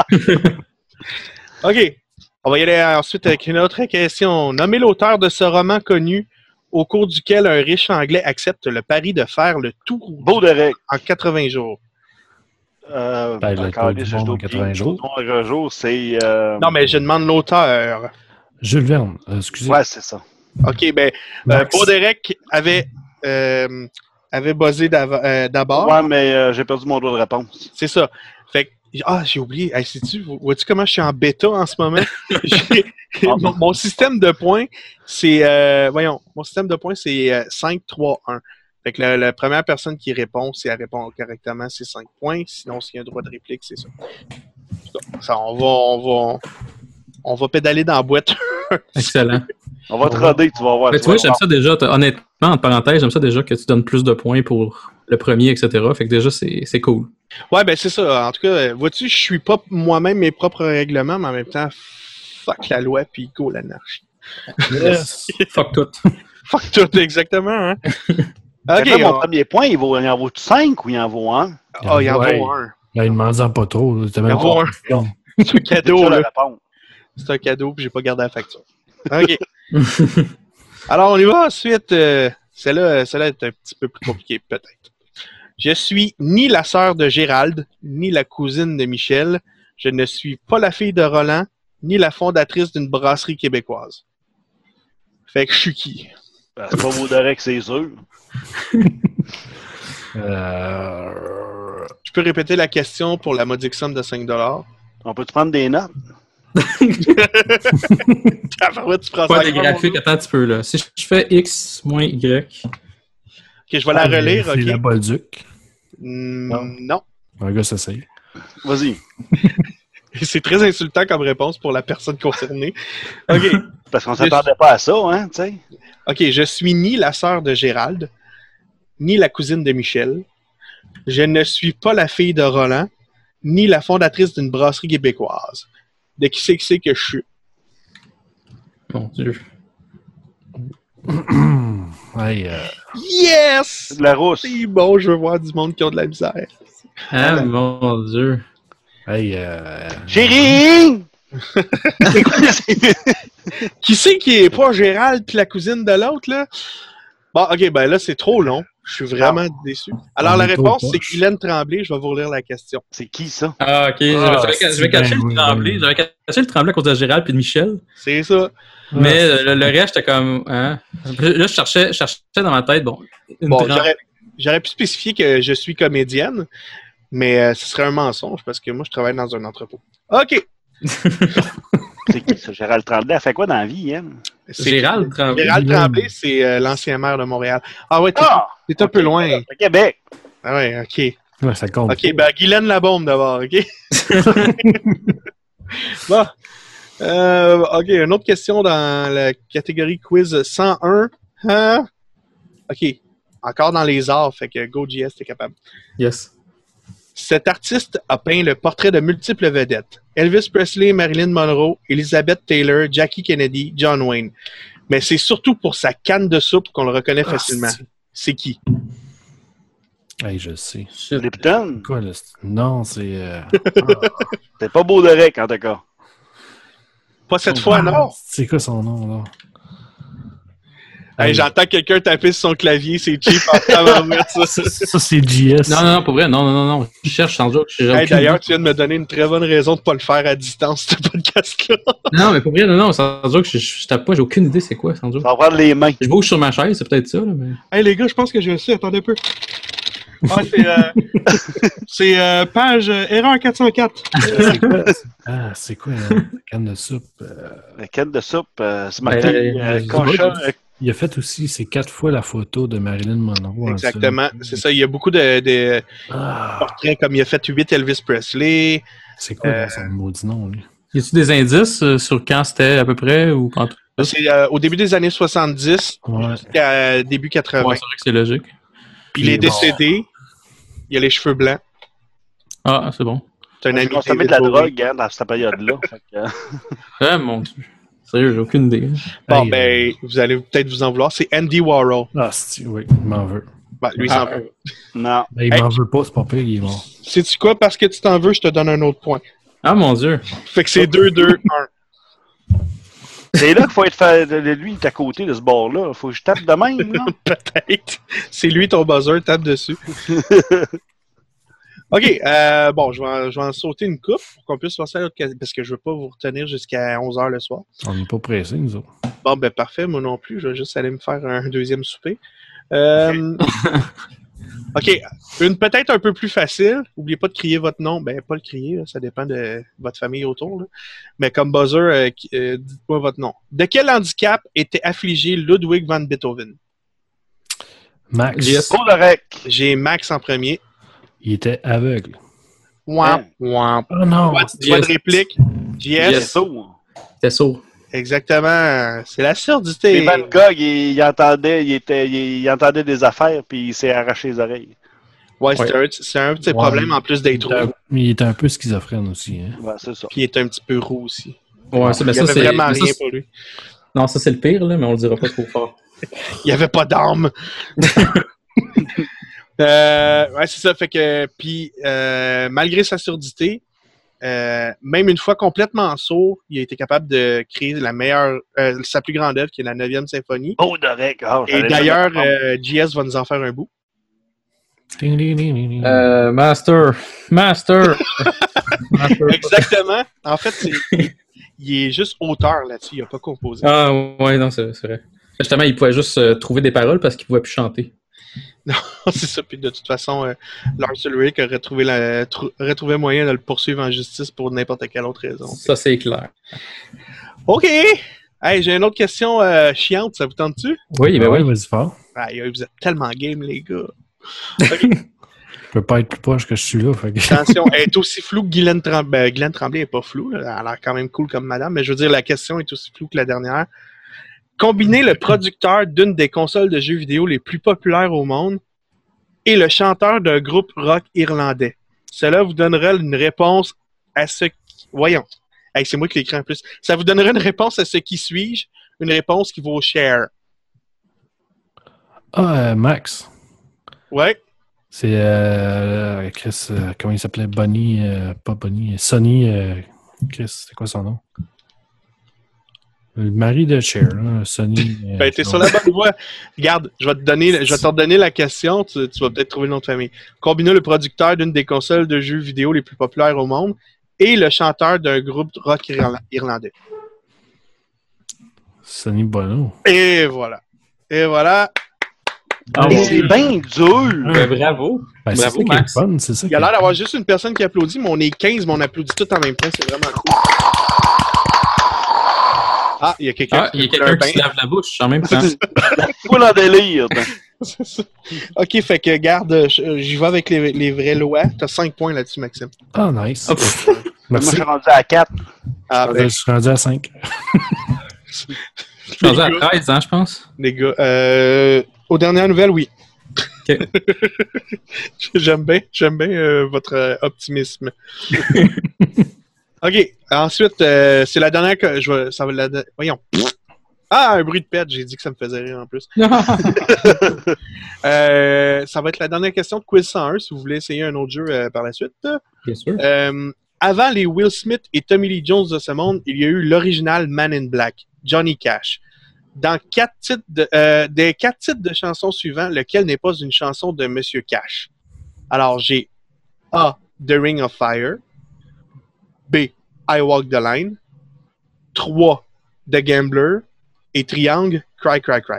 OK. On va y aller ensuite avec une autre question. Nommez l'auteur de ce roman connu au cours duquel un riche Anglais accepte le pari de faire le tour Baudérec. en 80 jours. Le Encore tour du monde en 80 jours. 80 jours, c'est... Non, mais je demande l'auteur. Jules Verne, excusez. Ouais, c'est ça. OK, ben, Max. Baudérec avait buzzé d'abord. Ouais, mais j'ai perdu mon droit de réponse. C'est ça. Fait que, j'ai oublié. Hey, sais-tu, vois-tu comment je suis en bêta en ce moment? Mon système de points, c'est, mon système de points, c'est 5, 3, 1. Fait que la première personne qui répond, si elle répond correctement, c'est 5 points. Sinon, s'il y a un droit de réplique, c'est ça. Ça, on va pédaler dans la boîte. Excellent. On va te roder, tu vas voir. Mais tu vois, j'aime ça déjà, honnêtement, entre parenthèses, j'aime ça déjà que tu donnes plus de points pour le premier, etc. Fait que déjà, c'est cool. Ouais, ben c'est ça. En tout cas, vois-tu, je suis pas moi-même mes propres règlements, mais en même temps, fuck la loi, puis go l'anarchie. Yes. Fuck tout. Fuck tout, exactement, hein? Ok, OK, mon premier point, il en vaut 5 ou il en vaut 1? Ah, il en Ouais. vaut un. Là, il ne m'en pas trop. là. C'était même Il en vaut pas un. bon. C'est un cadeau, là. Réponse. C'est un cadeau, puis j'ai pas gardé la facture. OK. Alors, on y va ensuite. Celle-là est un petit peu plus compliquée, peut-être. Je suis ni la sœur de Gérald, ni la cousine de Michel. Je ne suis pas la fille de Roland, ni la fondatrice d'une brasserie québécoise. Fait que je suis qui? Ben, c'est pas Baudérec, c'est sûr. Je peux répéter la question pour la modique somme de 5$. On peut-tu prendre des notes? Tabarouette, tu prends ça Pas à des quoi, graphiques, mon attends un petit peu, là. Si je fais X moins Y, gars? Ok, je vais la relire, C'est la ok? Bolduc. Non. Un gars s'essaye. Vas-y. C'est très insultant comme réponse pour la personne concernée. OK. Parce qu'on s'attendait pas à ça, hein, tu sais. OK, je suis ni la sœur de Gérald, ni la cousine de Michel. Je ne suis pas la fille de Roland, ni la fondatrice d'une brasserie québécoise. De qui c'est que je suis? mon Dieu. Ouais, Yes! C'est de la rousse. C'est bon, je veux voir du monde qui ont de la misère. Ah, mon Dieu. hey, Chérie! C'est quoi, Qui c'est qui est pas Gérald puis la cousine de l'autre, là? Bon, OK, ben là, c'est trop long. Je suis vraiment déçu. Alors, On la est trop réponse, c'est poche. Guylaine Tremblay. Je vais vous relire la question. C'est qui, ça? Ah, ok. Je vais cacher le Tremblay. J'avais caché le Tremblay à cause de Gérald puis de Michel. C'est ça. Mais le reste, j'étais comme. Hein? Là, je cherchais dans ma tête, bon. Bon, j'aurais pu spécifier que je suis comédienne, mais ce serait un mensonge parce que moi, je travaille dans un entrepôt. OK. C'est qui, ça? Gérald Tremblay, elle fait quoi dans la vie, elle? C'est Gérald Tremblay. Gérald Tremblay, c'est l'ancien maire de Montréal. Ah ouais, t'es un peu loin. Au Québec. Ah ouais, OK. Ouais, ça compte. OK, ben Guylaine Labombe d'abord, OK? Bon. OK, une autre question dans la catégorie quiz 101. Hein? OK. Encore dans les arts, fait que go GS, t'es capable. Yes. Cet artiste a peint le portrait de multiples vedettes. Elvis Presley, Marilyn Monroe, Elizabeth Taylor, Jackie Kennedy, John Wayne. Mais c'est surtout pour sa canne de soupe qu'on le reconnaît facilement. C'est qui? Hey, je sais. Lipton. Quoi, là? Non, c'est. C'est pas Baudérec, en tout cas. Pas cette fois, non? C'est quoi son nom, là? Hey, j'entends quelqu'un taper sur son clavier, c'est cheap en tabarouette, ça. Ça, c'est JS. Non, pour vrai, non. Je cherche sans joke. Hey, d'ailleurs, tu viens de me donner une très bonne raison de pas le faire à distance, ce podcast-là. Non, mais pour vrai, non, sans joke, je tape pas, j'ai aucune idée c'est quoi, sans joke. Ça va prendre les mains. Je bouge sur ma chaise, c'est peut-être ça, là, mais... Hey, les gars, je pense que je le sais, attendez un peu. Ah, c'est page erreur 404. C'est quoi la canne de soupe? La canne de soupe, ce matin, Il a fait aussi, c'est 4 fois la photo de Marilyn Monroe. Exactement, c'est ça. Il y a beaucoup de portraits, comme il a fait 8 Elvis Presley. C'est quoi son maudit nom, lui? Y a-tu des indices sur quand c'était à peu près ou quand? C'est au début des années 70 jusqu'à début 80. Ouais, c'est vrai que c'est logique. Puis il est décédé. Il a les cheveux blancs. Ah, c'est bon. C'est un ami. On consommait de la drogue dans cette période-là. Ah, mon Dieu. Sérieux, j'ai aucune idée. Bon, vous allez peut-être vous en vouloir. C'est Andy Warhol. Ah, oui, il m'en veut. Ben, lui, il s'en veut. Non. Ben, il m'en veut pas, c'est pas pire, il est mort. Sais-tu quoi? Parce que tu t'en veux, je te donne un autre point. Ah, mon Dieu. Fait que c'est 2-2-1. C'est là qu'il faut être fait. Lui, il est à côté de ce bord-là. Faut que je tape de même, là. Peut-être. C'est lui ton buzzer, tape dessus. OK, bon, je vais en sauter une coupe pour qu'on puisse passer à l'autre question, parce que je veux pas vous retenir jusqu'à 11h le soir. On n'est pas pressés, nous autres. Bon, ben parfait, moi non plus. Je vais juste aller me faire un deuxième souper. OK, une peut-être un peu plus facile. N'oubliez pas de crier votre nom. Ben, pas le crier, là, ça dépend de votre famille autour. Là. Mais comme buzzer, dites-moi votre nom. De quel handicap était affligé Ludwig van Beethoven? Max. Yes. J'ai Max en premier. Il était aveugle. Wamp, wamp. Oh non! Tu vois de réplique? JS. C'était sourd. Exactement. C'est la surdité. Et Van Gogh, il entendait des affaires, puis il s'est arraché les oreilles. Ouais, c'est un petit problème en plus d'être roux. Il était un peu schizophrène aussi. Hein. Ouais, c'est ça. Puis il était un petit peu roux aussi. Ouais, il n'y avait vraiment rien pour lui. Non, ça c'est le pire, là, mais on le dira pas trop fort. Il n'y avait pas d'âme. Ouais, c'est ça. Fait que, puis, malgré sa surdité, même une fois complètement sourd, il a été capable de créer la meilleure, sa plus grande œuvre, qui est la 9e symphonie. Oh, d'orec. Oh, et d'ailleurs, JS va nous en faire un bout. Master. Exactement. En fait, il est juste auteur là-dessus. Il n'a pas composé. Ah, ouais, non, c'est vrai. Justement, il pouvait juste trouver des paroles parce qu'il ne pouvait plus chanter. Non, c'est ça. Puis de toute façon, Lars Ulrich aurait trouvé moyen de le poursuivre en justice pour n'importe quelle autre raison. Ça, c'est clair. OK! Hey, j'ai une autre question chiante. Ça vous tente-tu? Oui, ben oui. Vas-y fort. Vous êtes tellement game, les gars. Je peux pas être plus proche que je suis là. Fait que... Attention, elle est aussi floue que Guylaine Tremblay. Guylaine Tremblay n'est pas floue. Là. Elle a l'air quand même cool comme madame. Mais je veux dire, la question est aussi floue que la dernière. Combinez le producteur d'une des consoles de jeux vidéo les plus populaires au monde et le chanteur d'un groupe rock irlandais. Cela vous donnera une réponse à ce qui... Voyons. Hey, c'est moi qui l'écris en plus. Ça vous donnera une réponse à ce qui suis-je, une réponse qui vaut cher. Max. Ouais. C'est Chris, comment il s'appelait? Bonnie, pas Bonnie, Sonny, Chris, c'est quoi son nom? Le mari de Cher, là, Sonny. Ben, t'es sur la bonne voie. Regarde, je vais te redonner la question, tu vas peut-être trouver le nom de famille. Combinez le producteur d'une des consoles de jeux vidéo les plus populaires au monde et le chanteur d'un groupe rock irlandais. Sonny Bono. Et voilà. Ah, c'est bien dur! Ben, bravo! Ben, Bravo, c'est Max! fun, c'est ça. Il y a l'air d'avoir juste une personne qui applaudit, mais on est 15, mais on applaudit tout en même temps, c'est vraiment cool. Ah, il y a quelqu'un qui se lave la bouche en même temps. La foule en délire! OK, fait que garde, j'y vais avec les vraies lois. T'as 5 points là-dessus, Maxime. Ah, nice. Moi, Merci. je suis rendu à 4. Ah, Je suis rendu à 5. Je suis rendu à 13 ans, je pense. Les gars, aux dernières nouvelles, oui. OK. J'aime bien votre optimisme. OK, ensuite, c'est la dernière que je vais... Ça va voyons. Ah, un bruit de pète, j'ai dit que ça me faisait rire en plus. Ça va être la dernière question de Quiz 101, si vous voulez essayer un autre jeu par la suite. Bien sûr. Avant les Will Smith et Tommy Lee Jones de ce monde, il y a eu l'original Man in Black, Johnny Cash. Dans des 4 titres de chansons suivants, lequel n'est pas une chanson de Monsieur Cash? Alors, j'ai A. The Ring of Fire. B. I Walk the Line. 3. The Gambler. Et triangle, Cry, Cry, Cry.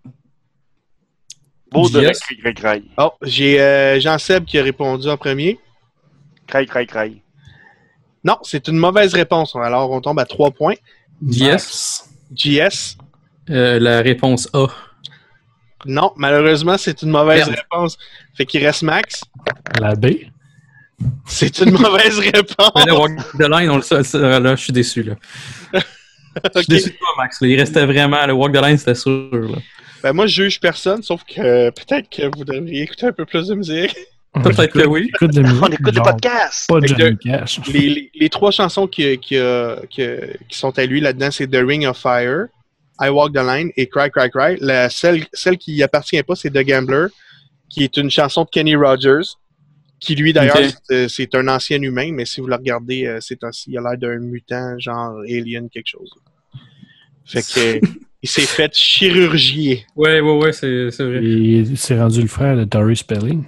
Beau de Yes. cry, cry, cry. Oh, j'ai Jean-Seb qui a répondu en premier. Cry, cry, cry. Non, c'est une mauvaise réponse. Alors, on tombe à 3 points. Yes. JS. La réponse A. Non, malheureusement, c'est une mauvaise Merde. réponse. Fait qu'il reste Max. La B. C'est une mauvaise réponse. Mais là, Walk the Line, on le sait, là, je suis déçu. Là. Je suis déçu de toi, Max. Là. Il restait vraiment. Le Walk the Line, c'était sûr. Là. Ben, moi, je juge personne, sauf que peut-être que vous devriez écouter un peu plus de musique. Peut-être que oui. Écoute de la musique. On écoute des genre, podcasts. Pas de Fait que- Johnny Cash. Les 3 chansons qui sont à lui là-dedans, c'est The Ring of Fire, I Walk the Line et Cry, Cry, Cry. Celle qui y appartient pas, c'est The Gambler, qui est une chanson de Kenny Rogers, qui lui, d'ailleurs, Ok. c'est un ancien humain, mais si vous le regardez, il a l'air d'un mutant, genre Alien, quelque chose. Fait que il s'est fait chirurgier. Ouais, c'est vrai. Il s'est rendu le frère de Tori Spelling.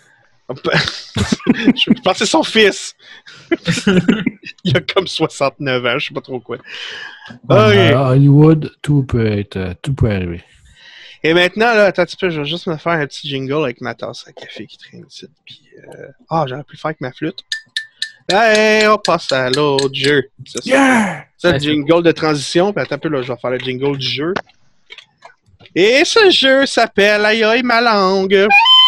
Je pense que c'est son fils. Il a comme 69 ans, je sais pas trop quoi. À Hollywood, tout peut arriver. Et maintenant, là, attends un petit peu, je vais juste me faire un petit jingle avec ma tasse à café qui traîne ici. Puis, j'aurais pu le faire avec ma flûte. Hey, on passe à l'autre jeu. C'est ça. C'est le jingle de transition. Puis attends un peu, là, je vais faire le jingle du jeu. Et ce jeu s'appelle Aïe aïe ma langue.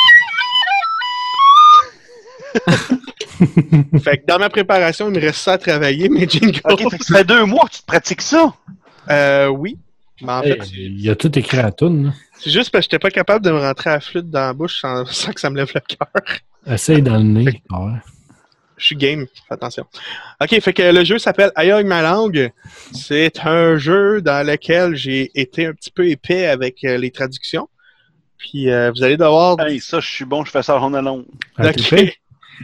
Fait que dans ma préparation, il me reste ça à travailler, mes jingles. Ok, fait que ça fait 2 mois que tu te pratiques ça. Oui. Mais en fait, Il a tout écrit à la toune. c'est juste parce que j'étais pas capable de me rentrer à la flûte dans la bouche sans que ça me lève le cœur. Essaye dans le nez. Ouais. Je suis game, fais attention. Ok, fait que le jeu s'appelle Aïe aïe ma langue. C'est un jeu dans lequel j'ai été un petit peu épais avec les traductions. Puis vous allez devoir... Hey, ça, je suis bon, je fais ça en along. Ah, t'es fait?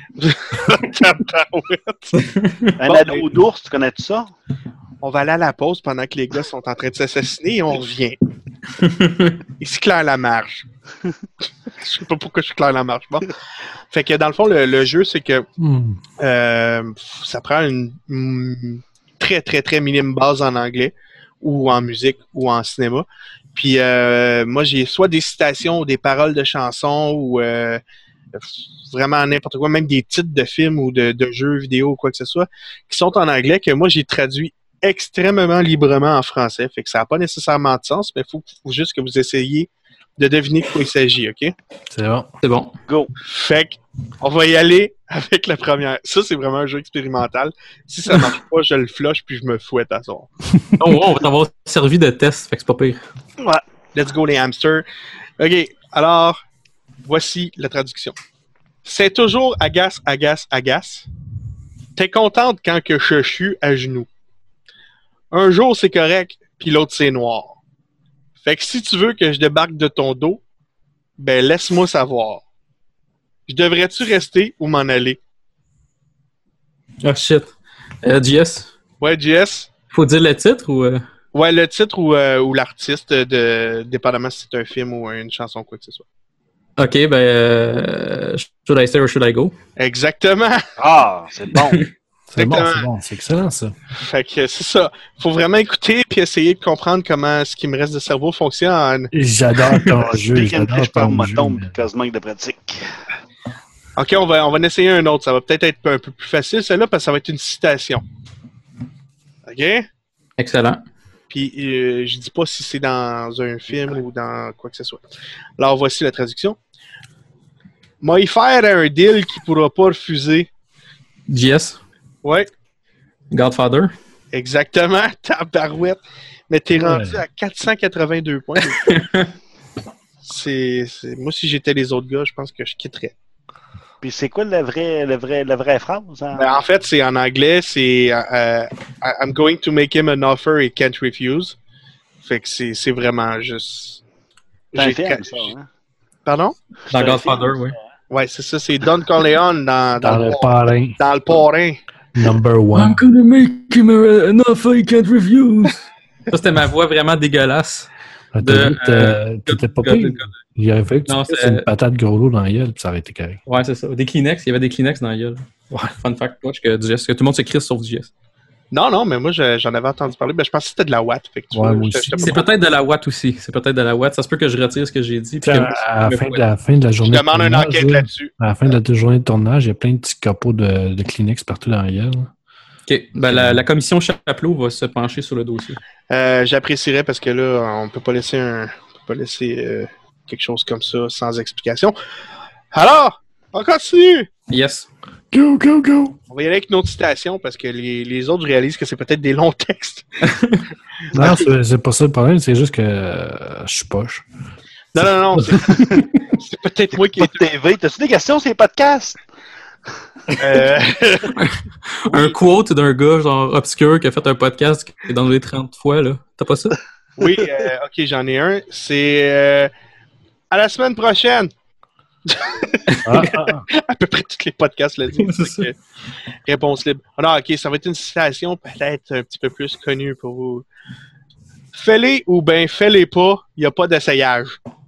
Tabarouette. Un Bon, ado d'ours, tu connais -tu ça? On va aller à la pause pendant que les gars sont en train de s'assassiner et on revient. Ici, Claire Lamarche. Je sais pas pourquoi je suis Claire Lamarche. Bon. Fait que dans le fond, le jeu, c'est que ça prend une très, très, très minime base en anglais ou en musique ou en cinéma. Puis moi, j'ai soit des citations ou des paroles de chansons ou vraiment n'importe quoi, même des titres de films ou de jeux vidéo ou quoi que ce soit, qui sont en anglais que moi, j'ai traduit extrêmement librement en français. Fait que ça n'a pas nécessairement de sens, mais il faut juste que vous essayiez de deviner de quoi il s'agit, OK? C'est bon. C'est bon. Go. Fait que, on va y aller avec la première. Ça, c'est vraiment un jeu expérimental. Si ça marche pas, je le flush puis je me fouette à son. On va t'avoir servi de test, fait que c'est pas pire. Ouais. Let's go les hamsters. OK, alors, voici la traduction. C'est toujours agace, agace, agace. T'es contente quand que je suis à genoux. Un jour, c'est correct, puis l'autre, c'est noir. Fait que si tu veux que je débarque de ton dos, ben laisse-moi savoir. Je devrais-tu rester ou m'en aller? Oh shit. JS, Ouais, JS? faut dire le titre ou. Ouais, le titre ou l'artiste, dépendamment si c'est un film ou une chanson, quoi que ce soit. Ok, should I stay or should I go? Exactement! Ah, c'est bon. C'est bon, Exactement. c'est bon. C'est excellent, ça. Fait que c'est ça. Faut vraiment écouter puis essayer de comprendre comment ce qui me reste de cerveau fonctionne. J'adore ton jeu. Deuxième que J'adore je parle ton ma jeu. tombe parce que je manque de pratique. Ok, on va en essayer un autre. Ça va peut-être être un peu plus facile, celle-là, parce que ça va être une citation. Ok? Excellent. Puis je dis pas si c'est dans un film ou dans quoi que ce soit. Alors voici la traduction. M'a y faire un deal qui pourra pas refuser. JS, Ouais, Godfather. exactement, tabarouette. Mais t'es rendu Ouais. à 482 points. Moi, si j'étais les autres gars, je pense que je quitterais. Puis c'est quoi la vraie phrase? Hein? Ben, en fait, c'est en anglais, c'est I'm going to make him an offer he can't refuse. Fait que c'est vraiment juste. C'est un j'ai- film, ça. Hein? Pardon? Dans C'est un Godfather, film, oui. Ouais, c'est ça, c'est Don Corleone Dans le parrain, dans le parrain. number one. gonna make him an offer he can't refuse. Ça, c'était ma voix vraiment dégueulasse. T'étais pas pire. Il aurait fallu que tu fasses une patate gros lot dans la gueule, puis ça aurait été correct. Ouais, c'est ça. Des Kleenex, il y avait des Kleenex dans la gueule. Ouais, fun fact, que tout le monde s'écrit sauf JS. Non, mais moi, j'en avais entendu parler. Ben, je pensais que c'était de la Watt. Fait que c'est peut-être de la Watt aussi. C'est peut-être de la Watt. Ça se peut que je retire ce que j'ai dit. Puis à la fin de la journée. Je demande une enquête là-dessus. À la fin de la journée de tournage, il y a plein de petits copeaux de Kleenex partout dans la gueule. OK. Ben, la commission Chapelot va se pencher sur le dossier. J'apprécierais parce que là, on peut pas laisser quelque chose comme ça sans explication. Alors, on continue! Yes. Go, go, go! On va y aller avec une autre citation parce que les autres réalisent que c'est peut-être des longs textes. Non, c'est pas ça le problème, c'est juste que je suis poche. Non. C'est peut-être moi qui ai... TV. T'as-tu des questions sur les podcasts? Un quote d'un gars genre obscur qui a fait un podcast qui est dans les 30 fois, là. T'as pas ça? Oui, ok, j'en ai un. C'est à la semaine prochaine. À peu près tous les podcasts le disent. Réponse libre. Non, ok, ça va être une citation peut-être un petit peu plus connue pour vous. Fais-les ou ben fais-les pas, il n'y a pas d'essayage.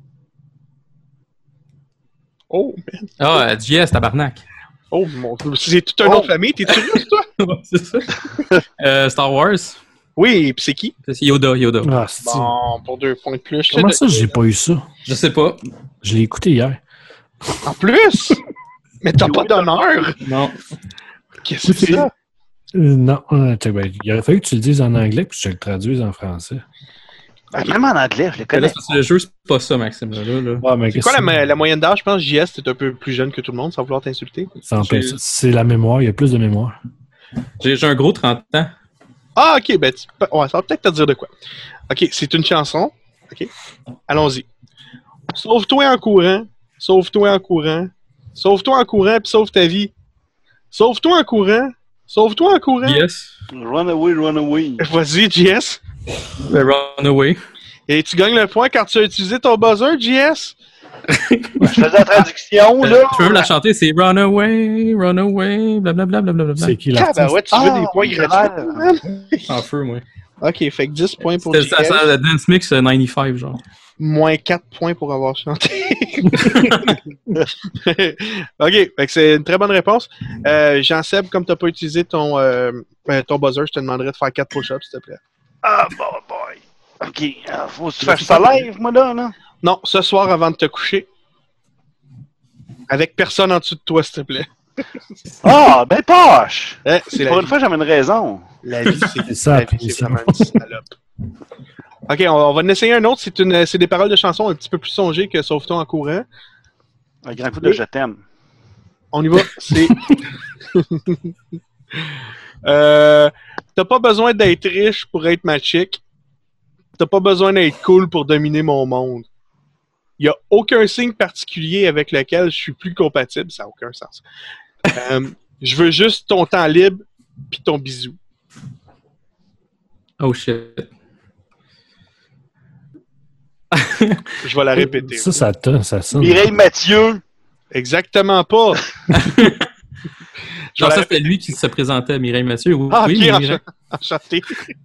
Oh, man. Ah, JS, tabarnak. Oh, mon Dieu. C'est toute une autre famille, t'es sérieux, toi? C'est ça. Star Wars. Oui, pis c'est qui? C'est Yoda. Ah, Bon, pour 2 points de plus. Comment ça, j'ai pas eu ça? Je sais pas. Je l'ai écouté hier. En plus? Mais t'as pas d'honneur? Non. Qu'est-ce que c'est ça? Non, il aurait fallu que tu le dises en anglais puis que je le traduise en français. Même en anglais, je le connais. Le jeu, c'est pas ça, Maxime. Là. Ouais, mais c'est quoi la moyenne d'âge? Je pense que JS, t'es un peu plus jeune que tout le monde, sans vouloir t'insulter. C'est la mémoire, il y a plus de mémoire. J'ai un gros 30 ans. Ah, ok, ben, ouais, ça va peut-être te dire de quoi. Ok, c'est une chanson. Ok, allons-y. Sauve-toi en courant, sauve-toi en courant, sauve-toi en courant, puis sauve ta vie. Sauve-toi en courant, sauve-toi en courant. Yes. Run away. Vas-y, JS. Run away. Et tu gagnes le point quand tu as utilisé ton buzzer, JS. Je faisais la traduction, là. Tu peux la chanter, c'est Run away, blablabla. C'est qui l'artiste? Ah, ben ouais, tu veux des points gratuits. En feu, moi. Ok, fait que 10 points pour JS. C'est la Dance Mix 95, genre. Moins 4 points pour avoir chanté. Ok, fait que c'est une très bonne réponse. Jean-Seb, comme tu n'as pas utilisé ton buzzer, je te demanderais de faire 4 push-ups, s'il te plaît. Ah, bon boy. Ok, faut que tu fasses ça live, moi, là? Non, ce soir avant de te coucher. Avec personne en dessous de toi, s'il te plaît. Ah, ben poche! C'est pour une fois, j'avais une raison. La vie, c'est ça. C'est vraiment une salope. Ok, on va en essayer un autre. C'est des paroles de chansons un petit peu plus songées que Sauve-toi en courant. Un grand coup de je t'aime. On y va. C'est... T'as pas besoin d'être riche pour être ma chick. T'as pas besoin d'être cool pour dominer mon monde. Il y a aucun signe particulier avec lequel je suis plus compatible. Ça n'a aucun sens. Je veux juste ton temps libre puis ton bisou. Oh shit. Je vais la répéter. Ça sonne. Mireille Mathieu. Exactement pas. Genre, ça, c'était lui qui se présentait à Mireille Mathieu. Ah, oui, ok, enchanté.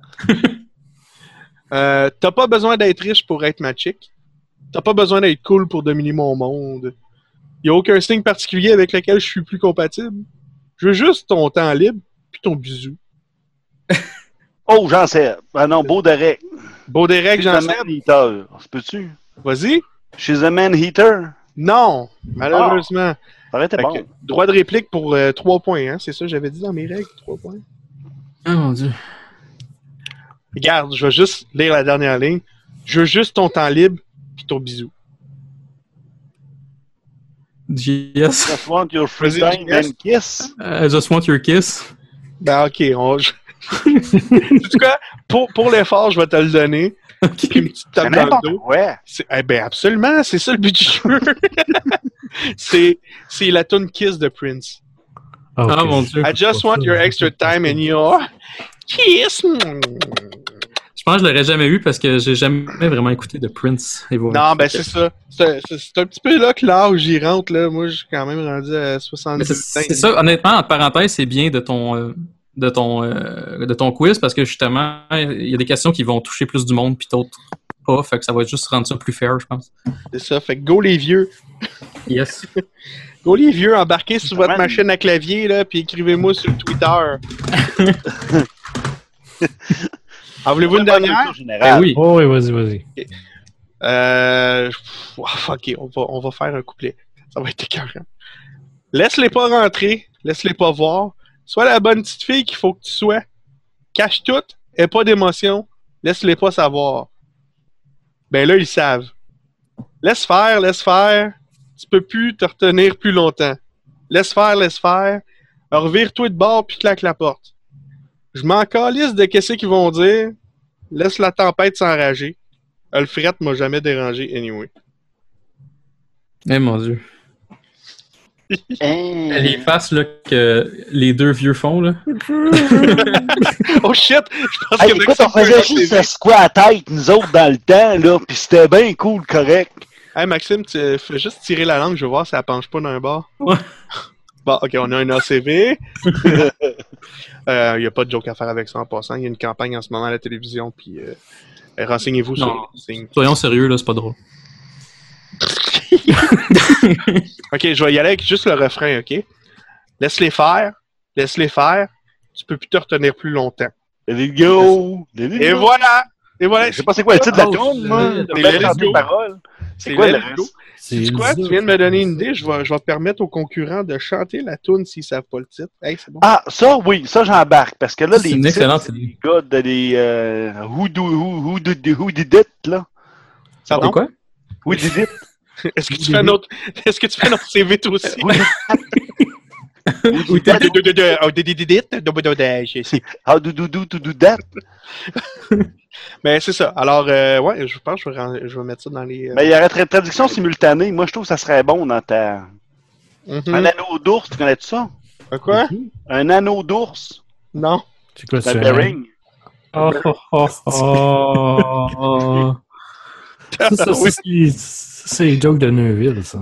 T'as pas besoin d'être riche pour être ma chick. T'as pas besoin d'être cool pour dominer mon monde. Y a aucun signe particulier avec lequel je suis plus compatible. Je veux juste ton temps libre puis ton bisou. Oh, j'en sais. Ah non, Baudérec. Baudérec, j'en sais. Man Eater. Se peut-tu? Vas-y. She's a man heater. Non, malheureusement. Ça aurait été bon. Droit de réplique pour 3 points, hein? C'est ça que j'avais dit dans mes règles, 3 points. Oh mon Dieu. Regarde, je vais juste lire la dernière ligne. Je veux juste ton temps libre puis ton bisou. Yes. Just want your free time and kiss. I just want your kiss. Ben ok, en tout cas, pour l'effort, je vais te le donner. Okay. Puis une petite tape dans le dos. Ouais. Ben absolument, c'est ça le but du jeu. c'est la tune Kiss de Prince. Okay. Ah mon Dieu. I just want your extra time and your kiss. Je pense que je l'aurais jamais eu parce que j'ai jamais vraiment écouté de Prince. Non, ben c'est ça. C'est un petit peu là que l'âge j'y rentre. Là. Moi, je suis quand même rendu à 70 ans. C'est ça, honnêtement, entre parenthèses, c'est bien de ton quiz parce que justement, il y a des questions qui vont toucher plus du monde puis d'autres pas, fait que ça va juste rendre ça plus fair, je pense. C'est ça, fait que go les vieux. Yes. Go les vieux, embarquez sur votre machine à clavier, là, puis écrivez-moi sur Twitter. En voulez-vous une dernière? Ben oui. Oh oui, vas-y. Ok, on va faire un couplet. Ça va être écœurant. Laisse-les pas rentrer, laisse-les pas voir. Sois la bonne petite fille qu'il faut que tu sois. Cache tout, aie pas d'émotion, laisse-les pas savoir. Ben là, ils savent. Laisse faire. Tu peux plus te retenir plus longtemps. Laisse faire. Revire-toi de bord puis claque la porte. Je m'en calisse de qu'est-ce qu'ils vont dire. Laisse la tempête s'enrager. Alfred m'a jamais dérangé anyway. Eh mon Dieu. Les faces là, que les deux vieux font, là. Oh shit! Je pense Hey, que écoute, on faisait juste se secouer à la tête, nous autres, dans le temps, là, pis c'était bien cool, correct. Hey Maxime, tu fais juste tirer la langue, je veux voir si elle penche pas d'un bord. Ouais. Bon, ok, on a un ACV. Il n'y a pas de joke à faire avec ça en passant. Il y a une campagne en ce moment à la télévision, puis renseignez-vous sur les signes. Soyons sérieux, là, c'est pas drôle. Ok, je vais y aller avec juste le refrain, ok? Laisse-les faire. Tu peux plus te retenir plus longtemps. Let's go! Et voilà! Je sais pas c'est quoi le titre de la tune, moi. C'est Let It Go. C'est quoi le reste? C'est quoi? Tu viens de me donner une idée. Je vais permettre aux concurrents de chanter la tune s'ils savent pas le titre. Hey, c'est bon. Ah, ça, oui, ça j'embarque. Parce que là, C'est les une excellente titres, idée. les gars de les who did it, là? Pardon? Quoi? Who did it? Est-ce que tu fais un autre CV toi aussi? How do that? Mais c'est ça. Alors, ouais, je pense que je vais mettre ça dans les... Mais il y aurait traduction simultanée. Moi, je trouve que ça serait bon dans ta... Un anneau d'ours, tu connais ça? Un quoi? Un anneau d'ours. Non. C'est quoi C'est ça? un bearing. Ça, c'est les jokes de Neuville, ça.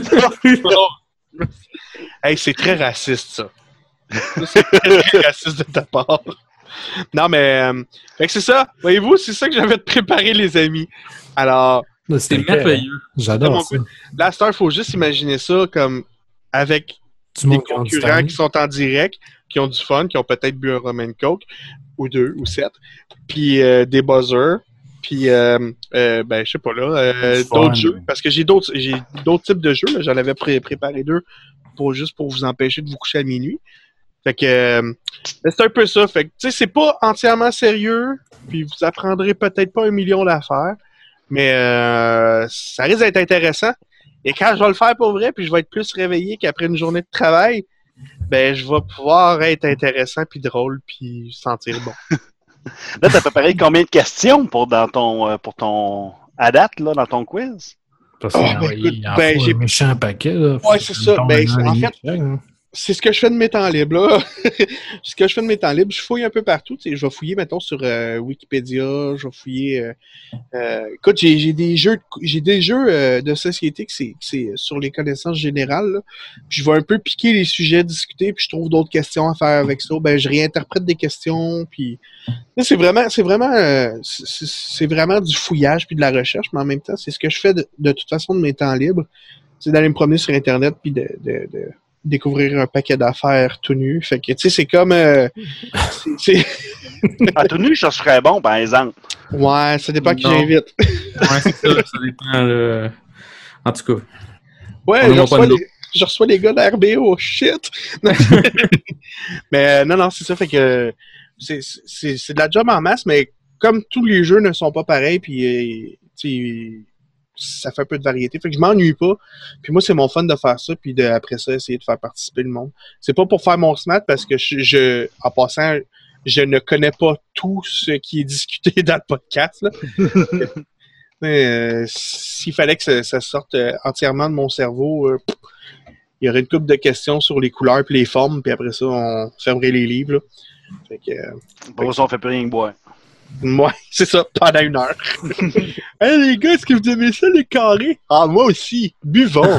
Hey, c'est très raciste, ça. C'est très, très raciste de ta part. Non, mais... fait que c'est ça. Voyez-vous, c'est ça que j'avais préparé, les amis. Alors... C'est merveilleux. J'adore ça. Là, il faut juste imaginer ça comme avec des concurrents qui sont en direct, qui ont du fun, qui ont peut-être bu un rum and coke, ou 2, ou 7, puis des buzzers, puis, ben, je sais pas là, d'autres jeux, parce que j'ai d'autres types de jeux, là. J'en avais préparé 2 juste pour vous empêcher de vous coucher à minuit. Fait que, c'est un peu ça. Fait que, tu sais, c'est pas entièrement sérieux, puis vous apprendrez peut-être pas 1 million d'affaires, mais ça risque d'être intéressant. Et quand je vais le faire pour vrai, puis je vais être plus réveillé qu'après une journée de travail, ben, je vais pouvoir être intéressant, puis drôle, puis sentir bon. Là, t'as préparé combien de questions pour ton à date, là, dans ton quiz? Parce qu'il y a un méchant paquet, là. Ouais, c'est ça. Ben, en fait, c'est ce que je fais de mes temps libres, là. Je fouille un peu partout. Tu sais, je vais fouiller, mettons, sur Wikipédia. Je vais fouiller... écoute, j'ai des jeux de société que c'est sur les connaissances générales, là. Puis je vais un peu piquer les sujets discutés, puis je trouve d'autres questions à faire avec ça. Ben, je réinterprète des questions, puis... C'est vraiment du fouillage puis de la recherche, mais en même temps, c'est ce que je fais de toute façon de mes temps libres. C'est d'aller me promener sur Internet puis de découvrir un paquet d'affaires tout nu. Fait que, tu sais, c'est comme... tout nu, ça serait bon, par exemple. Ouais, ça dépend qui j'invite. Ouais, c'est ça. Ça dépend, en tout cas. Ouais, je reçois les gars d'RBO. Shit! Mais non, c'est ça. Fait que c'est de la job en masse, mais comme tous les jeux ne sont pas pareils, puis ça fait un peu de variété. Fait que je m'ennuie pas. Puis moi, c'est mon fun de faire ça, puis après ça, essayer de faire participer le monde. C'est pas pour faire mon SMAT, parce que en passant, je ne connais pas tout ce qui est discuté dans le podcast, là. S'il fallait que ça sorte entièrement de mon cerveau, il y aurait une couple de questions sur les couleurs et les formes, puis après ça, on fermerait les livres, là. Fait que... Pour ça, on fait plus rien que boire. Ouais, c'est ça, pendant 1 heure. Hey les gars, est-ce que vous aimez ça, les carrés? Ah, moi aussi, buvons!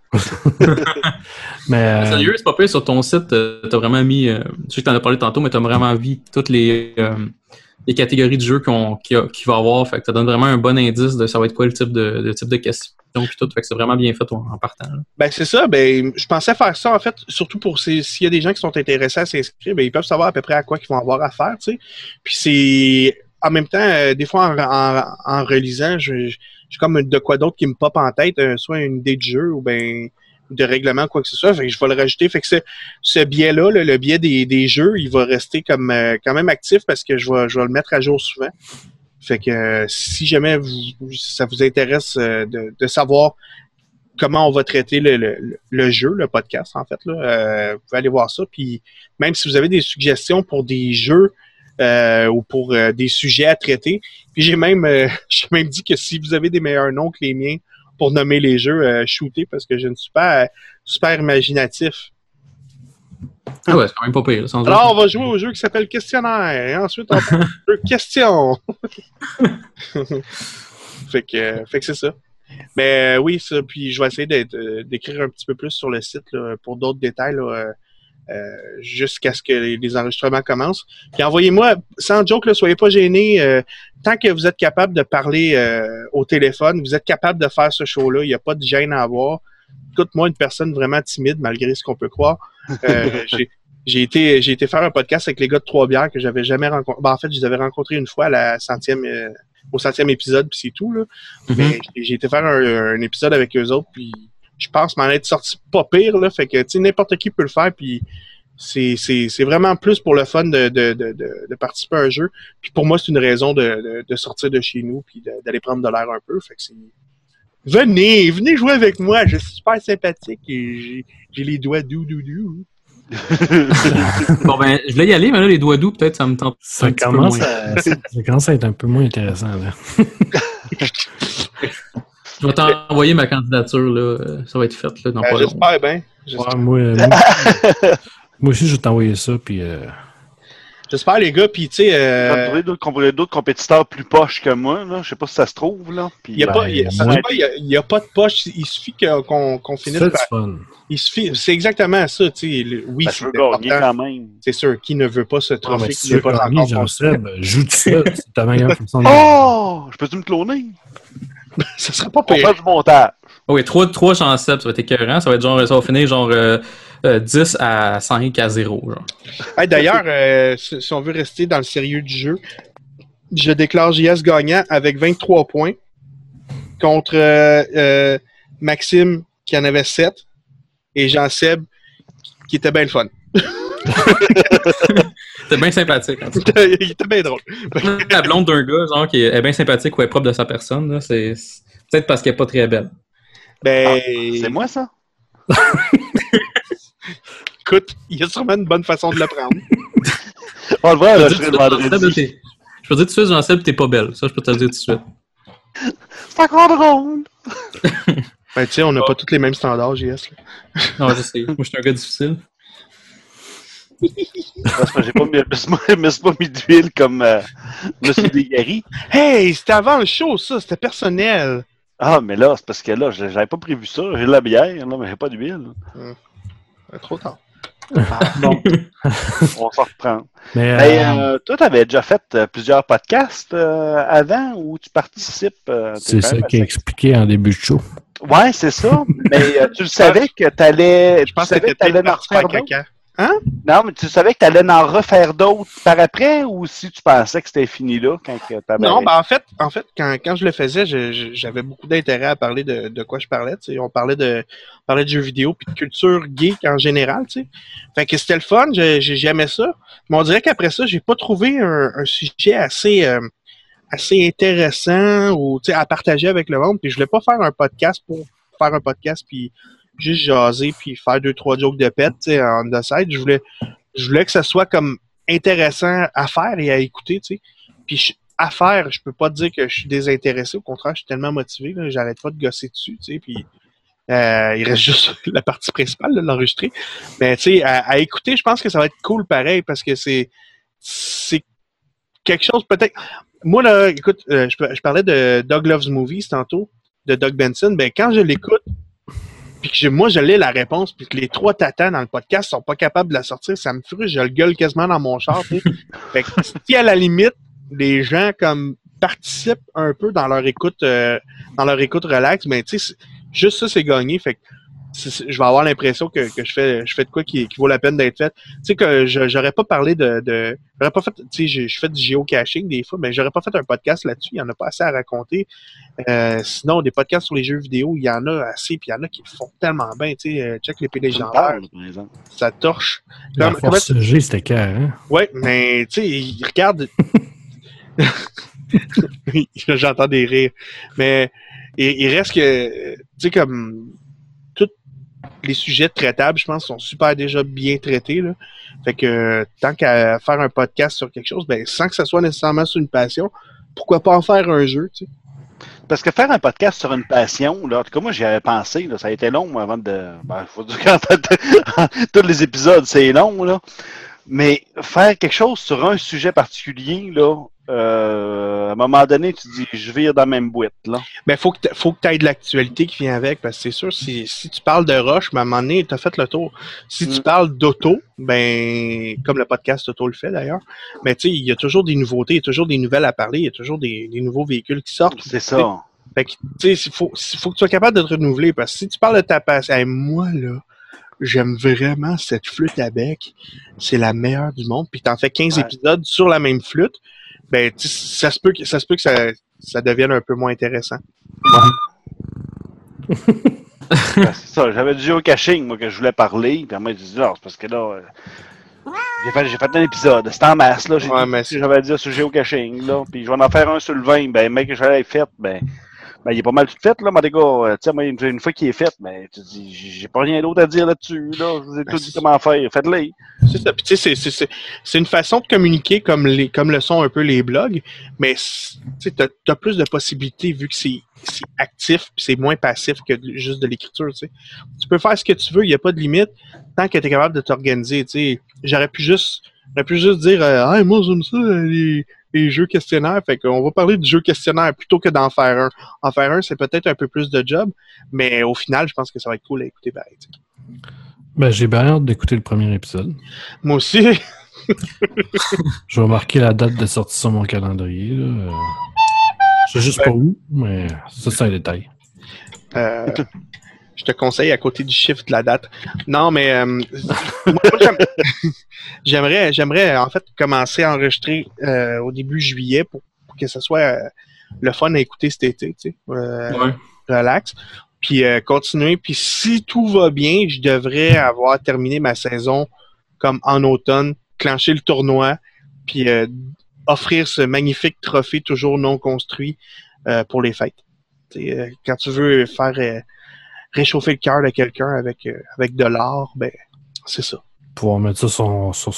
Mais sérieux, c'est pas pire, sur ton site, t'as vraiment mis, je sais que t'en as parlé tantôt, mais t'as vraiment mis toutes les catégories de jeux qu'il va avoir. Fait que ça donne vraiment un bon indice de ça va être quoi le type de questions puis tout. Fait que c'est vraiment bien fait en partant. Là. Ben c'est ça, je pensais faire ça en fait, surtout pour s'il y a des gens qui sont intéressés à s'inscrire, ils peuvent savoir à peu près à quoi ils vont avoir à faire, tu sais. Puis c'est en même temps, des fois en relisant, j'ai comme de quoi d'autre qui me pop en tête, soit une idée de jeu ou de règlement, quoi que ce soit, fait que je vais le rajouter. Fait que ce biais-là, le biais des jeux, il va rester comme quand même actif parce que je vais le mettre à jour souvent. Fait que si jamais ça vous intéresse de savoir comment on va traiter le jeu, le podcast, en fait, là, vous pouvez aller voir ça. Puis même si vous avez des suggestions pour des jeux ou pour des sujets à traiter, puis j'ai même dit que si vous avez des meilleurs noms que les miens pour nommer les jeux, shootez, parce que je ne suis pas super imaginatif. Ah ouais, c'est quand même pas pire. Alors, on va jouer au jeu qui s'appelle Questionnaire, et ensuite on va jeu Question. Fait que c'est ça. Mais oui, ça, puis je vais essayer d'écrire un petit peu plus sur le site là, pour d'autres détails là, jusqu'à ce que les enregistrements commencent. Puis envoyez-moi, sans joke, là, soyez pas gênés. Tant que vous êtes capable de parler au téléphone, vous êtes capable de faire ce show-là, il n'y a pas de gêne à avoir. Écoute-moi, une personne vraiment timide, malgré ce qu'on peut croire. J'ai été faire un podcast avec les gars de Trois-Bières que j'avais jamais rencontré. En fait, je les avais rencontrés une fois à au 100e épisode, puis c'est tout, là. Mais j'ai été faire un épisode avec eux autres, puis je pense m'en être sorti pas pire, là. Fait que, tu sais, n'importe qui peut le faire, puis c'est vraiment plus pour le fun de participer à un jeu. Puis pour moi, c'est une raison de sortir de chez nous, puis d'aller prendre de l'air un peu. Fait que c'est... Venez jouer avec moi, je suis super sympathique et j'ai les doigts doux. Bon ben, je voulais y aller, mais là, les doigts doux, peut-être, ça me tente ça commence à être un peu moins intéressant, là. Je vais t'envoyer ma candidature, là. Ça va être fait, là, dans pas longtemps. J'espère bien. Ouais, moi aussi, je vais t'envoyer ça, puis... J'espère, les gars, puis tu sais... d'autres compétiteurs plus poches que moi, là. Je sais pas si ça se trouve, là. Il n'y a pas de poche. Il suffit qu'on finisse par... fun. Il suffit... C'est exactement ça, tu sais. Oui, c'est important. Quand même. C'est sûr. Qui ne veut pas ce trophée qui n'est pas encore Jean-Seb, joue tout seul. C'est ta meilleure façon de... Oh! Je peux-tu me cloner? Ça serait pas pire. On fait du montage. Oh oui, 3 Jean-Seb, ça va être écœurant. Ça va finir genre 10 à 5 à 0. Genre. Hey, d'ailleurs, si on veut rester dans le sérieux du jeu, je déclare JS gagnant avec 23 points contre Maxime qui en avait 7 et Jean-Seb qui était bien le fun. C'était bien sympathique. En tout cas. Il était bien drôle. La blonde d'un gars, genre, qui est bien sympathique ou est propre de sa personne, là, c'est peut-être parce qu'elle est pas très belle. C'est moi, ça? Écoute, il y a sûrement une bonne façon de le prendre. On le voit, je peux te dire tout de suite, Jean-Seb, t'es pas belle. Ça, je peux te le dire tout de suite. C'est encore drôle! Ben, tu sais, on n'a pas tous les mêmes standards, JS. Non, je sais. Moi, je suis un gars difficile. Parce que j'ai pas mis d'huile comme Monsieur Desgaris. Hey, c'était avant le show, ça. C'était personnel. Ah, mais là, c'est parce que là, j'avais pas prévu ça. J'ai de la bière, là, mais j'ai pas d'huile. Trop tard. Bon, on s'en reprend. Mais toi, tu avais déjà fait plusieurs podcasts avant où tu participes. C'est ça qui est expliqué en début de show. Ouais, c'est ça. Mais tu le savais que tu allais. Je pense que tu allais en refaire caca. Hein? Non, mais tu savais que tu allais en refaire d'autres par après ou si tu pensais que c'était fini là quand tu avais... Non, ben en fait, quand je le faisais, j'avais beaucoup d'intérêt à parler de quoi je parlais. Tu sais. On parlait de jeux vidéo puis de culture geek en général. Tu sais. Fait que c'était le fun, j'aimais ça. Mais on dirait qu'après ça, j'ai pas trouvé un sujet assez intéressant ou tu sais, à partager avec le monde. Puis je voulais pas faire un podcast pour faire un podcast puis juste jaser puis faire 2-3 jokes de pète, tu sais, on the side. Je voulais que ça soit comme intéressant à faire et à écouter, tu sais. Puis à faire, je peux pas te dire que je suis désintéressé. Au contraire, je suis tellement motivé, là, j'arrête pas de gosser dessus, tu sais. Puis il reste juste la partie principale de l'enregistrer. Mais tu sais, à écouter, je pense que ça va être cool pareil parce que c'est quelque chose peut-être. Moi là, écoute, je parlais de Doug Loves Movies tantôt, de Doug Benson. Ben quand je l'écoute puis que moi, je lis la réponse, puis que les 3 tatans dans le podcast sont pas capables de la sortir, ça me frustre, je le gueule quasiment dans mon char, tu sais. Fait que si à la limite, les gens comme participent un peu dans leur écoute relax, ben tu sais, juste ça, c'est gagné. Fait que je vais avoir l'impression que je fais de quoi qui vaut la peine d'être fait. Tu sais que j'aurais pas parlé j'aurais pas fait, tu sais, je fais du géocaching des fois, mais j'aurais pas fait un podcast là-dessus. Il y en a pas assez à raconter. Sinon, des podcasts sur les jeux vidéo, il y en a assez, puis il y en a qui le font tellement bien. Tu sais, check l'épée légendaire, ça torche. La Force G, c'était clair, hein? Ouais, mais tu sais, regarde. J'entends des rires, mais il reste que, tu sais, comme les sujets traitables, je pense, sont super déjà bien traités, là. Fait que tant qu'à faire un podcast sur quelque chose, ben sans que ça soit nécessairement sur une passion, pourquoi pas en faire un jeu, tu sais? Parce que faire un podcast sur une passion, là, en tout cas, moi, j'y avais pensé, là, ça a été long avant de... Ben, faut dire qu'en fait, tous les épisodes, c'est long, là. Mais faire quelque chose sur un sujet particulier, là, à un moment donné, tu dis, je vire dans la même boîte, là. Ben, faut que tu aies de l'actualité qui vient avec, parce que c'est sûr, si tu parles de Roche, ben, à un moment donné, t'as fait le tour. Si tu parles d'auto, ben, comme le podcast Auto le fait, d'ailleurs, ben, tu sais, il y a toujours des nouveautés, il y a toujours des nouvelles à parler, il y a toujours des nouveaux véhicules qui sortent. C'est ça. Fait que, tu sais, faut que tu sois capable de te renouveler, parce que si tu parles de ta passion, hey, moi, là, j'aime vraiment cette flûte à bec. C'est la meilleure du monde. Puis t'en fais 15 épisodes sur la même flûte. Ben, ça se peut que ça devienne un peu moins intéressant. Ben, c'est ça. J'avais du géocaching, moi, que je voulais parler. Puis moi, je dis, non, c'est parce que là, j'ai fait un épisode. C'était en masse, là. J'avais dit sur le géocaching, là. Puis je vais en faire un sur le vin. Ben, mec, que j'avais fait, ben, il est pas mal tout fait, là, mais les gars, tu sais, moi, une fois qu'il est fait, ben, tu dis, j'ai pas rien d'autre à dire là-dessus, là, je vous ai tout dit comment faire, faites-le. C'est ça, puis tu sais, c'est une façon de communiquer comme le sont un peu les blogs, mais, tu sais, t'as plus de possibilités vu que c'est actif, puis c'est moins passif que juste de l'écriture, tu sais. Tu peux faire ce que tu veux, il y a pas de limite, tant que t'es capable de t'organiser, tu sais. J'aurais pu juste dire, ah, moi, j'aime ça, les jeux questionnaires, fait qu'on va parler du jeu questionnaire plutôt que d'en faire un. En faire un, c'est peut-être un peu plus de job, mais au final, je pense que ça va être cool à écouter pareil. Ben, j'ai bien hâte d'écouter le premier épisode. Moi aussi. Je vais marquer la date de sortie sur mon calendrier, là. Je sais juste pas où, mais ça, c'est un détail. Je te conseille à côté du chiffre de la date. Non, mais moi, j'aimerais en fait commencer à enregistrer au début juillet pour que ce soit le fun à écouter cet été, tu sais, relax. Puis continuer. Puis si tout va bien, je devrais avoir terminé ma saison comme en automne, clencher le tournoi, puis offrir ce magnifique trophée toujours non construit pour les fêtes. Quand tu veux faire réchauffer le cœur de quelqu'un avec de l'or, ben c'est ça. Pouvoir mettre ça sur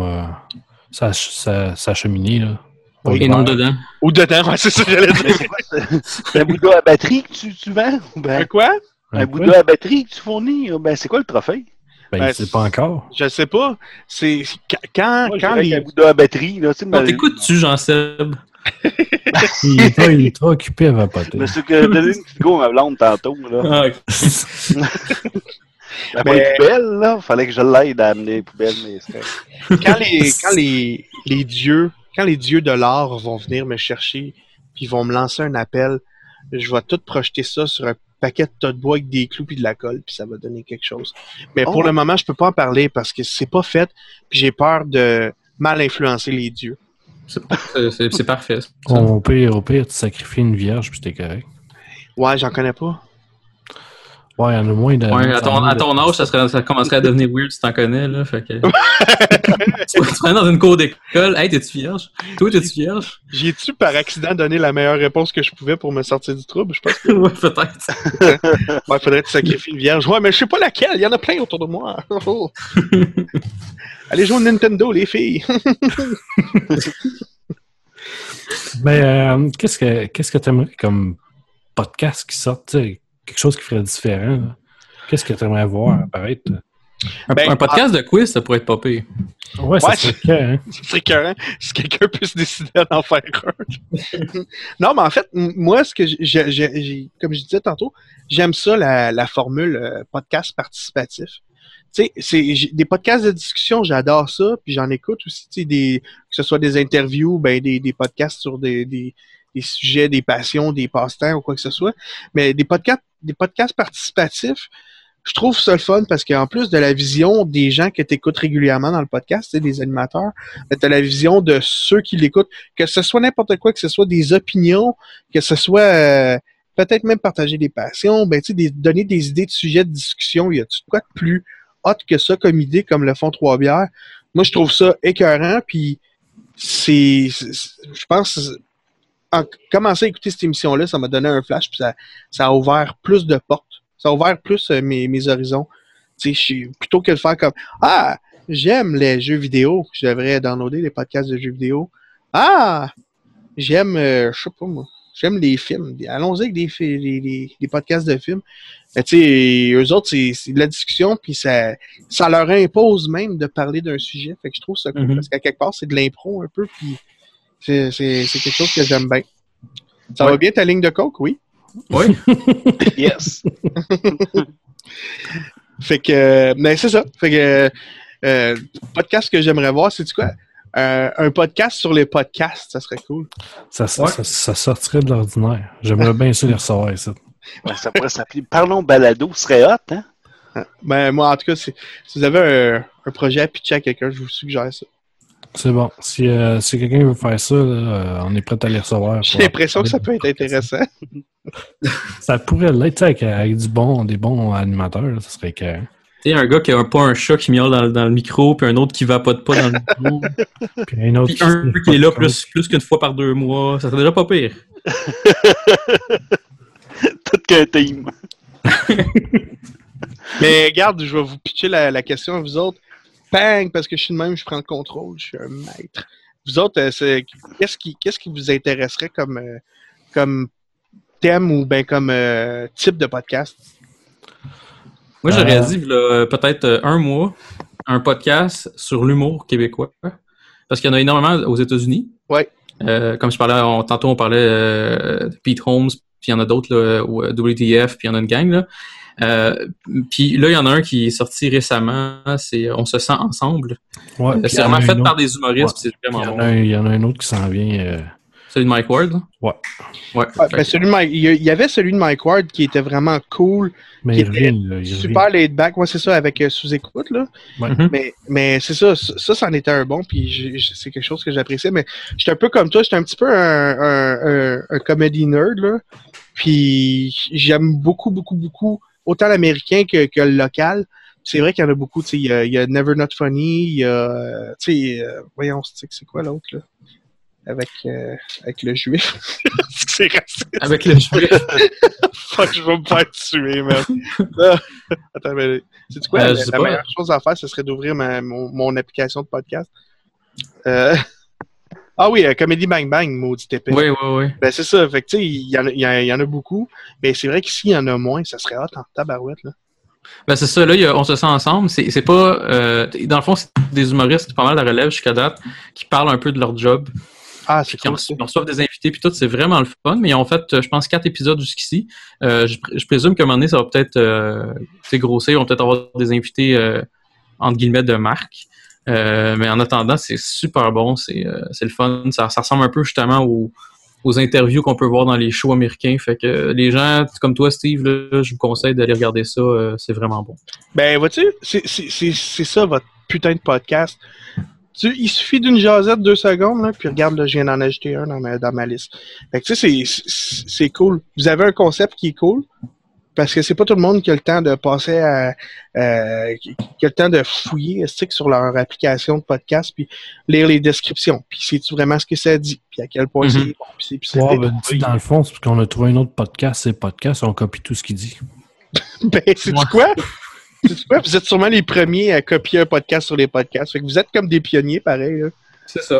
sa cheminée, là. Et non dedans. Ou dedans, ouais, c'est ça que j'allais dire. C'est un Bouddha à batterie que tu vends? Ben, quoi? Un Bouddha à batterie que tu fournis? Ben, c'est quoi le trophée? Ben, c'est pas encore. Je sais pas. C'est quand les... Un Bouddha à batterie, là, tu sais. T'écoutes-tu, Jean-Seb? Il est trop occupé à vapoter. Mais c'est que donné une petite go à ma blonde tantôt, là. Pour les poubelles, là, fallait que je l'aide à amener les poubelles, mais quand les dieux de l'art vont venir me chercher puis ils vont me lancer un appel, je vais tout projeter ça sur un paquet de tas de bois avec des clous puis de la colle, puis ça va donner quelque chose. Mais pour le moment, je peux pas en parler parce que c'est pas fait, puis j'ai peur de mal influencer les dieux. C'est parfait. Au pire, tu sacrifies une vierge puis t'es correct. Ouais, j'en connais pas. Ouais, il y en a moins de... Ouais, à ton âge, ça commencerait à devenir weird si t'en connais, là. Fait que... tu vas dans une cour d'école. Hey, t'es-tu vierge? Toi, t'es-tu vierge? J'ai-tu par accident donné la meilleure réponse que je pouvais pour me sortir du trouble? Je pense que... Ouais, peut-être. Ouais, faudrait que tu sacrifies une vierge. Ouais, mais je sais pas laquelle. Il y en a plein autour de moi. Allez jouer au Nintendo, les filles. Mais qu'est-ce que t'aimerais comme podcast qui sorte, t'sais? Quelque chose qui ferait différent. Là. Qu'est-ce que tu aimerais voir apparaître? Un podcast de quiz, ça pourrait être pas pire. Ouais, ça serait écœurant. Ça serait écœurant si quelqu'un peut se décider d'en faire un. Non, mais en fait, moi, ce que comme je disais tantôt, j'aime ça, la formule podcast participatif. tu sais, des podcasts de discussion, j'adore ça, puis j'en écoute aussi, tu sais, que ce soit des interviews, ben des podcasts sur des sujets, des passions, des passe-temps ou quoi que ce soit. Mais des podcasts participatifs, je trouve ça le fun parce qu'en plus de la vision des gens que tu écoutes régulièrement dans le podcast, tu sais, des animateurs, tu as la vision de ceux qui l'écoutent, que ce soit n'importe quoi, que ce soit des opinions, que ce soit peut-être même partager des passions, ben tu sais, donner des idées de sujets de discussion. Il y a tout quoi de plus hot que ça comme idée, comme le fond Trois Bières. Moi, je trouve ça écœurant, puis je pense, en commençant à écouter cette émission-là, ça m'a donné un flash, puis ça a ouvert plus de portes. Ça a ouvert plus mes horizons. Tu sais, plutôt que de faire comme « Ah, j'aime les jeux vidéo. Je devrais downloader les podcasts de jeux vidéo. Ah, j'aime, je sais pas moi, j'aime les films. Allons-y avec des podcasts de films. » Tu sais, eux autres, c'est de la discussion, puis ça leur impose même de parler d'un sujet. Fait que je trouve ça cool, parce qu'à quelque part, c'est de l'impro un peu, puis c'est quelque chose que j'aime bien. Ça va bien ta ligne de coke, oui? Oui. Yes. Fait que, mais c'est ça. Fait que, podcast que j'aimerais voir, c'est quoi? Un podcast sur les podcasts, ça serait cool. Ça sortirait de l'ordinaire. J'aimerais bien ça les recevoir ici. Ben, ça pourrait s'appeler Parlons Balado, ce serait hot, hein? Ben, moi, en tout cas, si vous avez un projet à pitcher à quelqu'un, je vous suggère ça. C'est bon. Si quelqu'un veut faire ça, là, on est prêt à les recevoir. J'ai l'impression que ça peut être intéressant. Ça pourrait l'être, avec des bons animateurs, là, ça serait que. Tu sais, un gars qui a pas un chat qui miaule dans le micro, puis un autre qui vapote pas dans le micro. Puis un autre qui est là plus qu'une fois par 2 mois. Ça serait déjà pas pire. Tout qu'un team. Mais regarde, je vais vous pitcher la question à vous autres. Bang! Parce que je suis de même, je prends le contrôle, je suis un maître. Vous autres, qu'est-ce qui vous intéresserait comme thème ou bien comme type de podcast? Moi, j'aurais dit, peut-être 1 mois, un podcast sur l'humour québécois. Parce qu'il y en a énormément aux États-Unis. Ouais. Comme je parlais, tantôt, on parlait de Pete Holmes, puis il y en a d'autres, là, WTF, puis il y en a une gang, là. Puis là, il y en a un qui est sorti récemment, c'est On se sent ensemble. Ouais, c'est vraiment fait par des humoristes, puis c'est vraiment bon. Il y en a un autre qui s'en vient. Celui de Mike Ward, là? Ouais. Ben, il y avait celui de Mike Ward qui était vraiment cool. Mais il revient, super laid back. Ouais, c'est ça, avec sous-écoute, là. Ouais. Mais c'est ça, c'en était un bon, puis c'est quelque chose que j'appréciais. Mais j'étais un peu comme toi, j'étais un petit peu un comedy nerd, là. Puis j'aime beaucoup, beaucoup, beaucoup autant l'américain que le local. C'est vrai qu'il y en a beaucoup, tu sais, il y a Never Not Funny, il y a, tu sais, voyons, c'est quoi l'autre, là? Avec le juif. C'est raciste. Avec le juif. Fuck, je vais me faire tuer, man. Attends, mais c'est quoi? La meilleure chose à faire, ce serait d'ouvrir mon application de podcast. Ah oui, Comedy Bang Bang, maudit épée. Oui. Ben c'est ça, fait que tu sais, il y en a beaucoup, mais c'est vrai qu'ici, il y en a moins, ça serait hot en tabarouette, là. Ben c'est ça, là, On se sent ensemble, c'est pas... dans le fond, c'est des humoristes, pas mal la relève jusqu'à date, qui parlent un peu de leur job. Ah, c'est cool. Ils reçoivent des invités, puis tout, c'est vraiment le fun, mais ils ont fait, je pense, 4 épisodes jusqu'ici. Je présume qu'à un moment donné, ça va peut-être grossir, ils vont peut-être avoir des invités, entre guillemets, de marque. Mais en attendant, c'est super bon, c'est le fun. Ça ressemble un peu justement aux interviews qu'on peut voir dans les shows américains. Fait que les gens comme toi, Steve, là, je vous conseille d'aller regarder ça. C'est vraiment bon. Ben, vois-tu, c'est ça votre putain de podcast. Il suffit d'une jasette 2 secondes, là, puis regarde, là, je viens d'en ajouter un dans ma liste. Fait que tu sais, c'est cool. Vous avez un concept qui est cool. Parce que c'est pas tout le monde qui a le temps de passer qui a le temps de fouiller sur leur application de podcast puis lire les descriptions. Puis c'est-tu vraiment ce que ça dit? Puis à quel point c'est bon? Puis dans le fond, c'est parce qu'on a trouvé un autre podcast. Ces podcasts, on copie tout ce qu'il dit. Ben, sais-tu quoi? Sais-tu quoi? Vous êtes sûrement les premiers à copier un podcast sur les podcasts. Fait que vous êtes comme des pionniers, pareil. Là. C'est ça.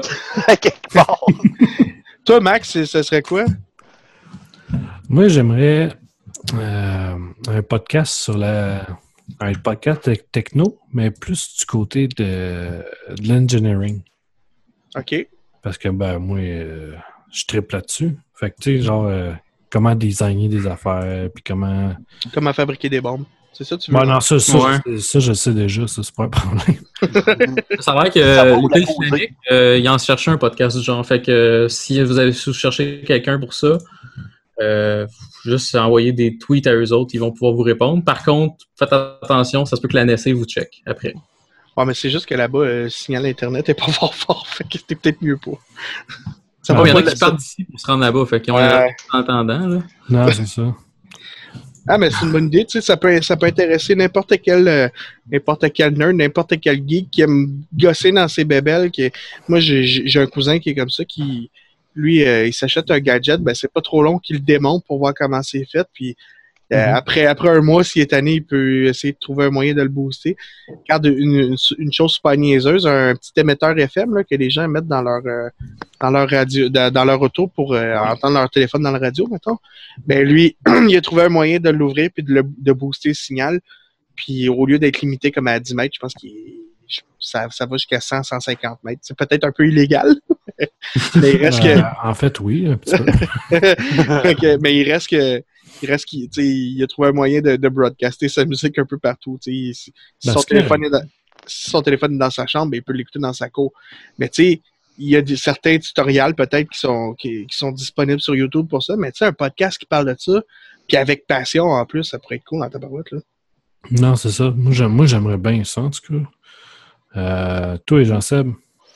Toi, Max, ça serait quoi? Moi, j'aimerais... un podcast sur un podcast techno, mais plus du côté de l'engineering. OK. Parce que, ben, moi, je tripe là-dessus. Fait que, tu sais, genre, comment designer des affaires, puis comment fabriquer des bombes. C'est ça, tu veux? Non, ça, je sais déjà, ça, c'est pas un problème. Ça a l'air que l'hôtel Dynamique, il en cherchait un podcast du genre. Fait que si vous avez cherché quelqu'un pour ça, juste envoyer des tweets à eux autres, ils vont pouvoir vous répondre. Par contre, faites attention, ça se peut que la NSA vous check après. Ouais, mais c'est juste que là-bas, le signal Internet est pas fort, fait que c'était peut-être mieux pas. Il y en a qui partent d'ici pour se rendre là-bas, fait qu'ils ont en attendant, là. Non, c'est ça. Ah, mais c'est une bonne idée, tu sais, ça peut intéresser n'importe quel nerd, n'importe quel geek qui aime gosser dans ses bébelles. Moi, j'ai un cousin qui est comme ça, qui, lui, il s'achète un gadget, ben c'est pas trop long qu'il le démonte pour voir comment c'est fait, puis après un mois, s'il est tanné, il peut essayer de trouver un moyen de le booster. Regarde une chose super niaiseuse, un petit émetteur FM là, que les gens mettent dans leur radio, dans leur auto pour entendre leur téléphone dans la radio, mettons. Ben lui, il a trouvé un moyen de l'ouvrir puis de booster le signal. Puis au lieu d'être limité comme à 10 mètres, je pense que ça va jusqu'à 100-150 mètres. C'est peut-être un peu illégal. Mais il reste en fait, oui, un petit peu. Mais il reste qu'il a trouvé un moyen de broadcaster sa musique un peu partout. Si son téléphone est dans sa chambre, ben, il peut l'écouter dans sa cour. Mais tu sais, il y a certains tutoriels peut-être qui sont disponibles sur YouTube pour ça, mais tu sais, un podcast qui parle de ça, puis avec passion en plus, ça pourrait être cool dans ta barouette, là. Non, c'est ça. Moi, j'aimerais bien ça, en tout cas. Toi et Jean-Seb?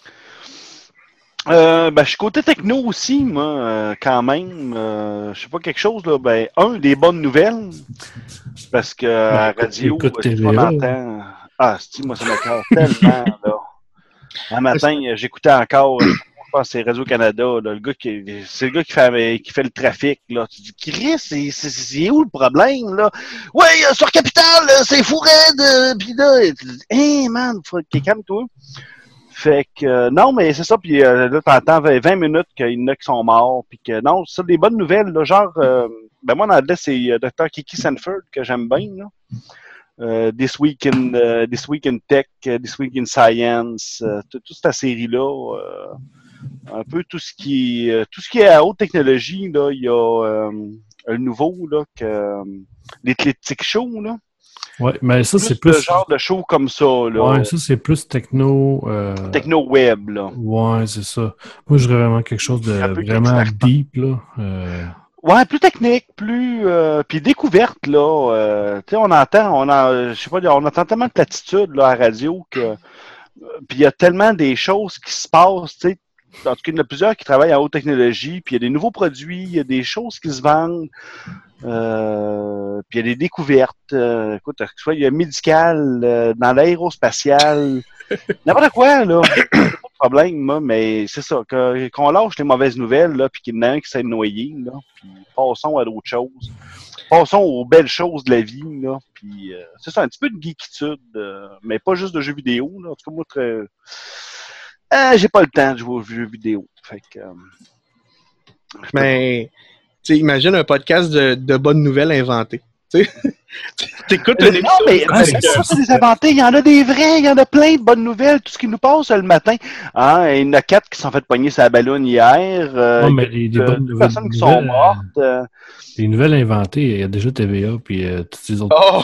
Je suis côté techno aussi, moi, quand même. Je sais pas, quelque chose, là. Ben, des bonnes nouvelles. Parce que à la radio, on entend. Ah, moi, ça m'écoeure tellement, là. Un matin, j'écoutais encore, je pense que c'est Radio-Canada, là, c'est le gars qui fait le trafic, là. Tu dis, Chris, c'est où le problème, là? Ouais, sur Capital, c'est fou raide, pis là, tu dis, hey, man, faut que calme-toi. Fait que, non, mais c'est ça, puis là, t'entends 20 minutes qu'il y en a qui sont morts, puis que, non, c'est des bonnes nouvelles, là, genre, moi, en anglais, c'est Dr. Kiki Sanford, que j'aime bien, là. This Week in Tech, This Week in Science, toute cette série-là, un peu tout ce qui est à haute technologie, là, il y a le nouveau, là, l'Eclectic Show, là. Ouais, mais ça, c'est plus... le genre de show comme ça, là. Ouais, ça, c'est plus techno... Techno-web, là. Ouais, c'est ça. Moi, je dirais vraiment quelque chose de vraiment deep, là. Ouais, plus technique, plus... puis découverte, là. Tu sais, on entend tellement de platitudes, là, à la radio, que... Puis il y a tellement des choses qui se passent, tu sais. En tout cas, il y en a plusieurs qui travaillent en haute technologie, puis il y a des nouveaux produits, il y a des choses qui se vendent, puis il y a des découvertes. Écoute, soit il y a médical, dans l'aérospatial, n'importe quoi, là. Pas de problème, moi, mais c'est ça, qu'on lâche les mauvaises nouvelles, là, puis qu'il y en a un qui s'est noyé, là, puis passons à d'autres choses. Passons aux belles choses de la vie, là, puis c'est ça, un petit peu de geekitude, mais pas juste de jeux vidéo, là. En tout cas, moi, j'ai pas le temps de jouer aux jeux vidéo. Fait que. Mais, tu sais, imagine un podcast de bonnes nouvelles inventées. Tu sais, t'écoutes une émission. Non, mais c'est des inventés. Il y en a des vrais. Il y en a plein de bonnes nouvelles. Tout ce qui nous passe le matin. Hein, il y en a 4 qui se sont fait pogner sur la ballonne hier. Non, mais des bonnes nouvelles. Personnes qui sont mortes. Les nouvelles inventées, il y a déjà TVA puis toutes les autres. Oh!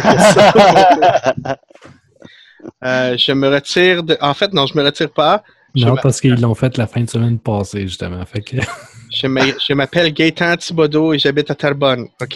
Je me retire En fait, non, je me retire pas. Non, parce qu'ils l'ont fait la fin de semaine passée, justement. Fait que... je m'appelle Gaëtan Thibodeau et j'habite à Terrebonne, OK?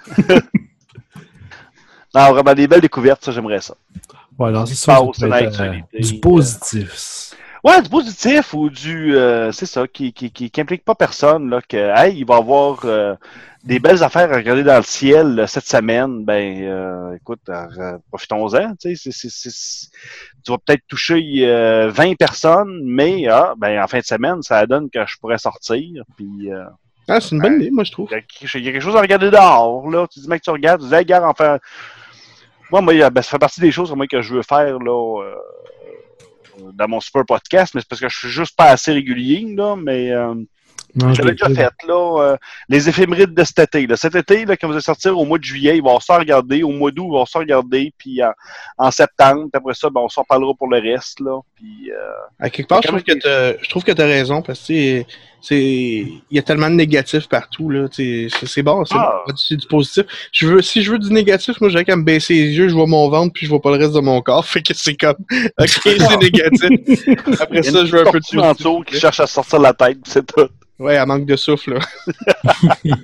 Non, vraiment, des belles découvertes, ça, j'aimerais ça. Ouais, alors c'est ça. Du positif. Ouais, du positif ou du... c'est ça, qui implique pas personne, là, que, hey, il va y avoir des belles affaires à regarder dans le ciel là, cette semaine. Ben, écoute, profitons-en, tu sais, tu vas peut-être toucher 20 personnes, mais, en fin de semaine, ça donne que je pourrais sortir, puis... c'est une bonne idée, moi, je trouve. Il y a quelque chose à regarder dehors, là. Tu dis, mec, tu regardes, tu dis, hey, gars, enfin... Moi, ça fait partie des choses que je veux faire, là... dans mon super podcast, mais c'est parce que je suis juste pas assez régulier, là, mais Non, J'avais déjà fait, là, les éphémérides de cet été. Là. Cet été, là, quand vous allez sortir au mois de juillet, ils vont s'en regarder. Au mois d'août, ils vont s'en regarder. Puis en septembre, puis après ça, ben, on s'en parlera pour le reste. Là. Puis, à quelque part, je trouve que tu as raison, parce que il y a tellement de négatifs partout. Là, c'est bon, c'est du positif. Si je veux du négatif, moi, j'ai qu'à me baisser les yeux, je vois mon ventre, puis je vois pas le reste de mon corps. Fait que c'est comme, OK, c'est négatif. Après ça, je veux un peu de manteau qui cherche à sortir la tête, c'est tout. Ouais, elle manque de souffle, là.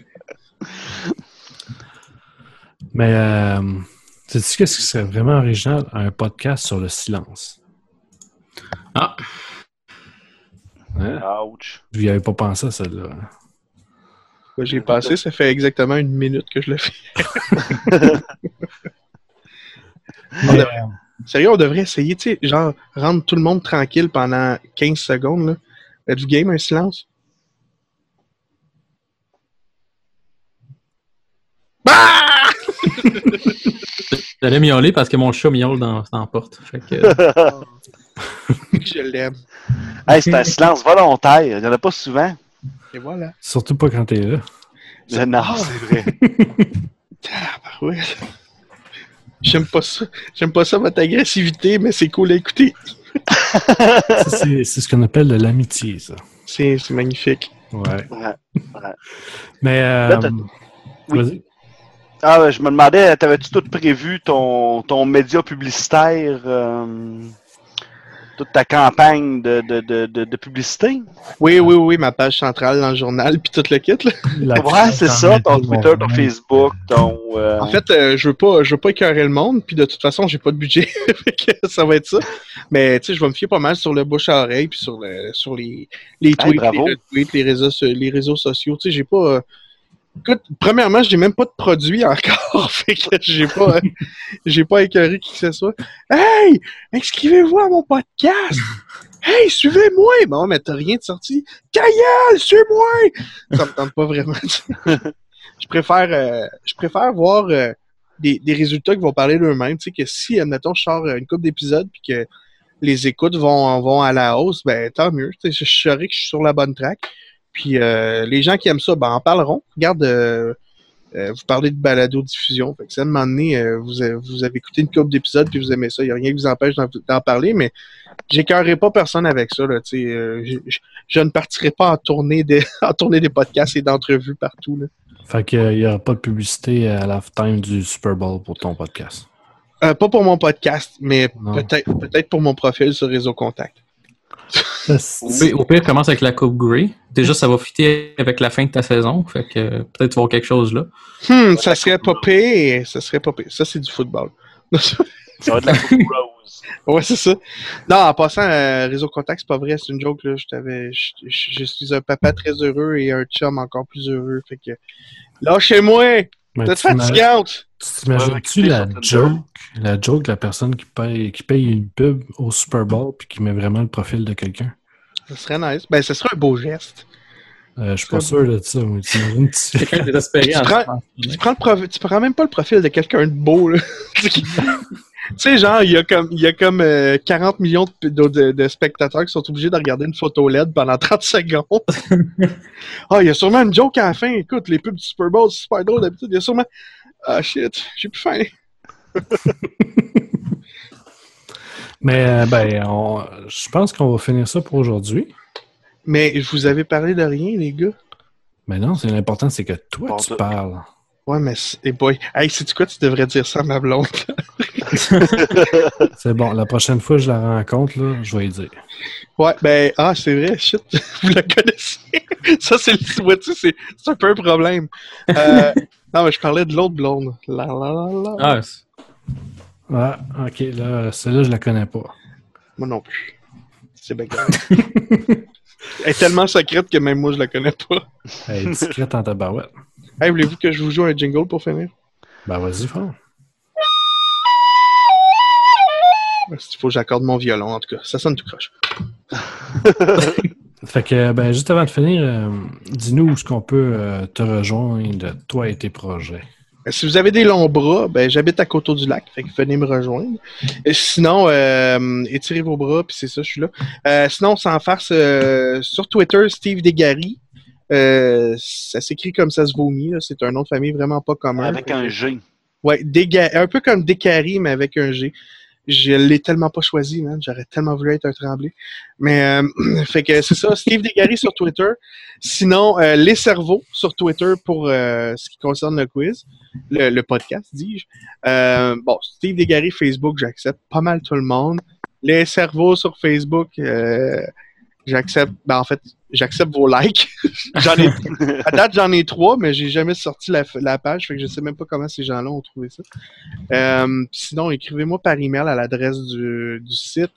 Mais, sais-tu qu'est-ce qui serait vraiment original? Un podcast sur le silence. Ah! Hein? Ouch. Vous n'y avez pas pensé à celle-là. Ouais, j'ai pensé, ça fait exactement 1 minute que je le fais. Sérieux, on devrait essayer, tu sais, genre, rendre tout le monde tranquille pendant 15 secondes, là. Êtes-vous game, un silence? Ah! J'allais miauler parce que mon chat miaule dans la porte. Fait que... Je l'aime. Hey, c'est un silence volontaire. Il n'y en a pas souvent. Et voilà. Surtout pas quand t'es là. Non, c'est vrai. Ouais. J'aime pas ça, votre agressivité, mais c'est cool à écouter. C'est ce qu'on appelle de l'amitié, ça. C'est magnifique. Ouais. Ouais. Mais, Là, oui. Vas-y. Ah, je me demandais, t'avais-tu tout prévu ton média publicitaire, toute ta campagne de publicité? Oui, ma page centrale dans le journal, puis tout le kit, là. Ouais, c'est ça, ton Twitter, ton Facebook, ton... En fait, je veux pas écœurer le monde, puis de toute façon, j'ai pas de budget, fait que ça va être ça. Mais, tu sais, je vais me fier pas mal sur le bouche à oreille, puis sur les tweets, les réseaux sociaux. Tu sais, j'ai pas... Écoute, premièrement, j'ai même pas de produit encore, fait que j'ai pas écœuré qui que ce soit. Hey! Inscrivez-vous à mon podcast! Hey, suivez-moi! Bon, mais t'as rien de sorti. Caïel, suis-moi! Ça me tente pas vraiment. Je préfère voir des résultats qui vont parler d'eux-mêmes. Tu sais, que si, admettons, je sors une couple d'épisodes puis que les écoutes vont à la hausse, ben tant mieux. Tu sais, je saurais que je suis sur la bonne track. Puis les gens qui aiment ça, ben en parleront. Regarde, vous parlez de balado-diffusion. Fait que si à un moment donné, vous avez écouté une couple d'épisodes puis vous aimez ça, il n'y a rien qui vous empêche d'en parler, mais j'écœurerai pas personne avec ça. Là, je ne partirai pas en tournée des podcasts et d'entrevues partout. Là. Fait qu'il n'y aura pas de publicité à la time du Super Bowl pour ton podcast. Pas pour mon podcast, mais peut-être pour mon profil sur Réseau Contact. Au pire, commence avec la Coupe Grey. Déjà, ça va fitter avec la fin de ta saison. Fait que peut-être tu vas voir quelque chose là. Ça serait pas pire. Ça, c'est du football. Ça va être la Coupe Rose. Ouais, c'est ça. Non, en passant, Réseau Contact, c'est pas vrai, c'est une joke. Là. Je suis un papa très heureux et un chum encore plus heureux. Fait que lâchez-moi! T'es fatigante! Tu t'imagines-tu la joke de la personne qui paye une pub au Super Bowl puis qui met vraiment le profil de quelqu'un? Ça serait nice. Ben, ce serait un beau geste. Je suis pas sûr de ça. Quelqu'un est désespéré. Tu prends même pas le profil de quelqu'un de beau, là. Tu sais, genre, il y a comme 40 millions de spectateurs qui sont obligés de regarder une photo LED pendant 30 secondes. Il y a sûrement une joke à la fin. Écoute, les pubs du Super Bowl, c'est super drôle d'habitude. Il y a sûrement... Ah, shit, j'ai plus faim. Mais, je pense qu'on va finir ça pour aujourd'hui. Mais je vous avais parlé de rien, les gars. Mais non, c'est l'important, c'est que toi, tu parles. Ouais, mais hey, sais-tu quoi, tu devrais dire ça à ma blonde. C'est bon, la prochaine fois que je la rencontre, là, je vais lui dire. Ouais, c'est vrai, shit, vous la connaissez. Ça, c'est un peu un problème. Non, mais je parlais de l'autre blonde. Ah, ok, là, celle-là, je la connais pas. Moi non plus. C'est bien grave. Elle est tellement secrète que même moi, je la connais pas. Elle est discrète en tabarouette. Hey, voulez-vous que je vous joue un jingle pour finir? Ben, vas-y, fort. Il faut que j'accorde mon violon, en tout cas. Ça sonne tout croche. Fait que, juste avant de finir, dis-nous où est-ce qu'on peut te rejoindre, toi et tes projets. Si vous avez des longs bras, j'habite à Coteau-du-Lac, fait que venez me rejoindre. Et sinon, étirez vos bras, puis c'est ça, je suis là. Sinon, sans farce, sur Twitter, Steve Desgaris. Ça s'écrit comme ça se vomit. Là. C'est un nom de famille vraiment pas commun. Avec un G. Ouais, un peu comme Descaries, mais avec un G. Je l'ai tellement pas choisi, man. J'aurais tellement voulu être un Tremblay. Mais, fait que c'est ça. Steve Descaries sur Twitter. Sinon, Les Cerveaux sur Twitter pour ce qui concerne le quiz. Le podcast, dis-je. Bon, Steve Descaries, Facebook, j'accepte pas mal tout le monde. Les Cerveaux sur Facebook, j'accepte. Ben, en fait, j'accepte vos likes. À date, j'en ai 3, mais j'ai jamais sorti la page, fait que je sais même pas comment ces gens-là ont trouvé ça. Sinon, écrivez-moi par email à l'adresse du site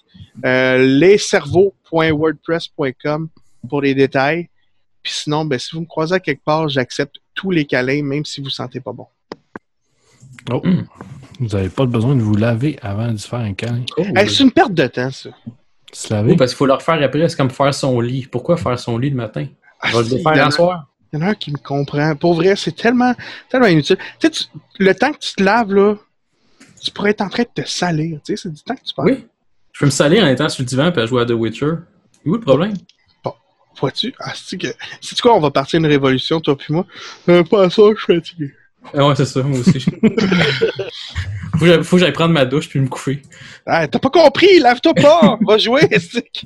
lescerveaux.wordpress.com pour les détails. Puis sinon, ben, si vous me croisez à quelque part, j'accepte tous les câlins, même si vous ne sentez pas bon. Oh. Vous n'avez pas besoin de vous laver avant de se faire un câlin. Oh, c'est une perte de temps, ça. Se laver? Oui, parce qu'il faut le refaire après, c'est comme faire son lit. Pourquoi faire son lit le matin? On va le faire un soir. Il y en a un qui me comprend. Pour vrai, c'est tellement inutile. Tu sais, le temps que tu te laves, là, tu pourrais être en train de te salir. Tu sais, c'est du temps que tu perds. Oui. Je peux me salir en étant sur le divan et à jouer à The Witcher. Où est le problème? Bon, vois-tu? C'est quoi, on va partir une révolution, toi puis moi? Pas ça, je suis fatigué. Ah ouais, c'est ça, moi aussi. Faut que j'aille prendre ma douche puis me coucher. Ah, t'as pas compris, lave-toi pas! Va jouer, stick!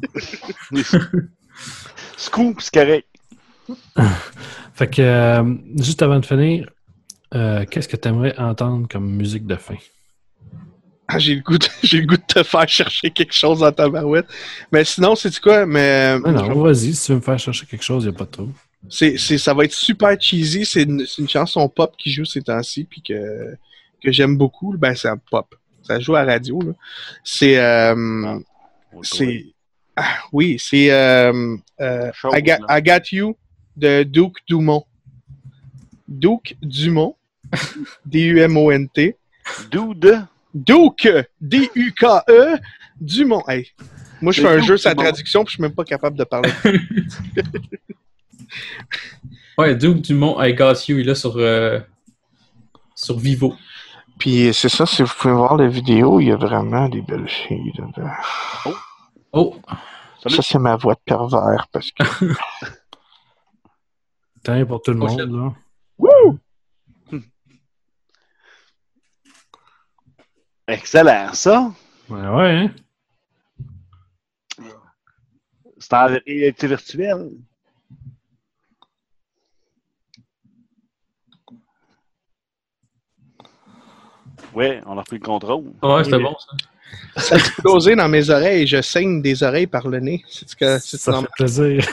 Scoop, c'est correct. Fait que, juste avant de finir, qu'est-ce que tu aimerais entendre comme musique de fin? Ah, j'ai le goût de te faire chercher quelque chose dans ta barouette. Mais sinon, c'est quoi? Mais non, vas-y, si tu veux me faire chercher quelque chose, il n'y a pas de trouble. Ça va être super cheesy. C'est une chanson pop qui joue ces temps-ci, puis que j'aime beaucoup. Ben, c'est un pop. Ça joue à la radio, là. C'est oui, c'est I Got You de Duke Dumont. Duke Dumont. D-U-M-O-N-T. Duke, D-U-K-E, Dumont. Hey. Moi, je fais un jeu sur la traduction, puis je suis même pas capable de parler. Ouais, Duke Dumont, I Got You, il est là sur Vivo. Puis c'est ça, si vous pouvez voir la vidéo, il y a vraiment des belles filles dedans. Oh! Ça, c'est ma voix de pervers, parce que... Tiens, pour tout le monde, là. Wouh! Excellent, ça. Ouais, hein? C'est en réalité virtuelle. Ouais, on a pris le contrôle. Ouais, c'était bon, ça. Ça a explosé dans mes oreilles. Je saigne des oreilles par le nez. Ça fait plaisir.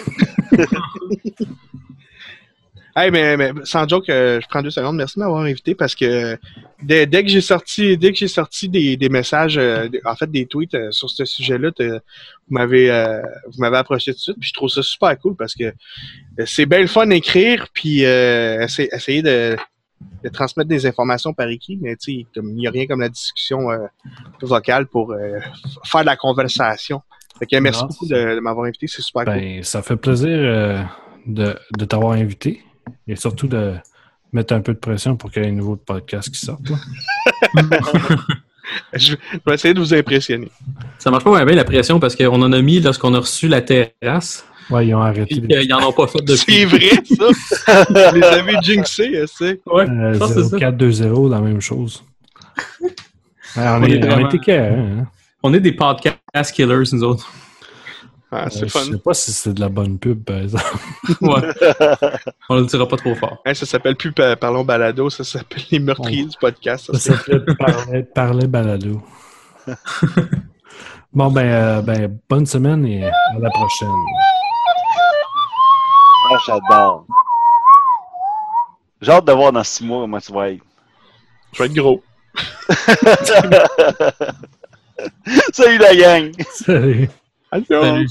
Hey, mais sans joke, je prends 2 secondes. Merci de m'avoir invité parce que dès que j'ai sorti des messages, en fait des tweets sur ce sujet-là, vous m'avez approché tout de suite. Puis je trouve ça super cool parce que c'est bien le fun d'écrire puis essayer de transmettre des informations par écrit, mais tu sais, il n'y a rien comme la discussion vocale pour faire de la conversation. Fait que merci beaucoup de m'avoir invité, c'est super cool. Ça fait plaisir de t'avoir invité et surtout de mettre un peu de pression pour qu'il y ait un nouveau podcast qui sorte. Je vais essayer de vous impressionner. Ça marche pas bien la pression parce qu'on en a mis lorsqu'on a reçu la terrasse. Ouais, ils ont arrêté. Ils n'en ont pas fait depuis. C'est vrai, ça! Je les avais jinxés, tu sais. Ouais, 0420, la même chose. On était carrés, hein? On est des podcast killers, nous autres. Ah, c'est fun. Je sais pas si c'est de la bonne pub, par exemple. Ouais. On le dira pas trop fort. Ça s'appelle plus Parlons Balado, ça s'appelle Les Meurtriers du podcast. Ça s'appelle Parler Balado. Bon, bonne semaine et à la prochaine. Ah, j'adore. J'ai hâte de voir dans 6 mois comment tu vas être. Je vais être gros. Salut la gang! Salut! Salut!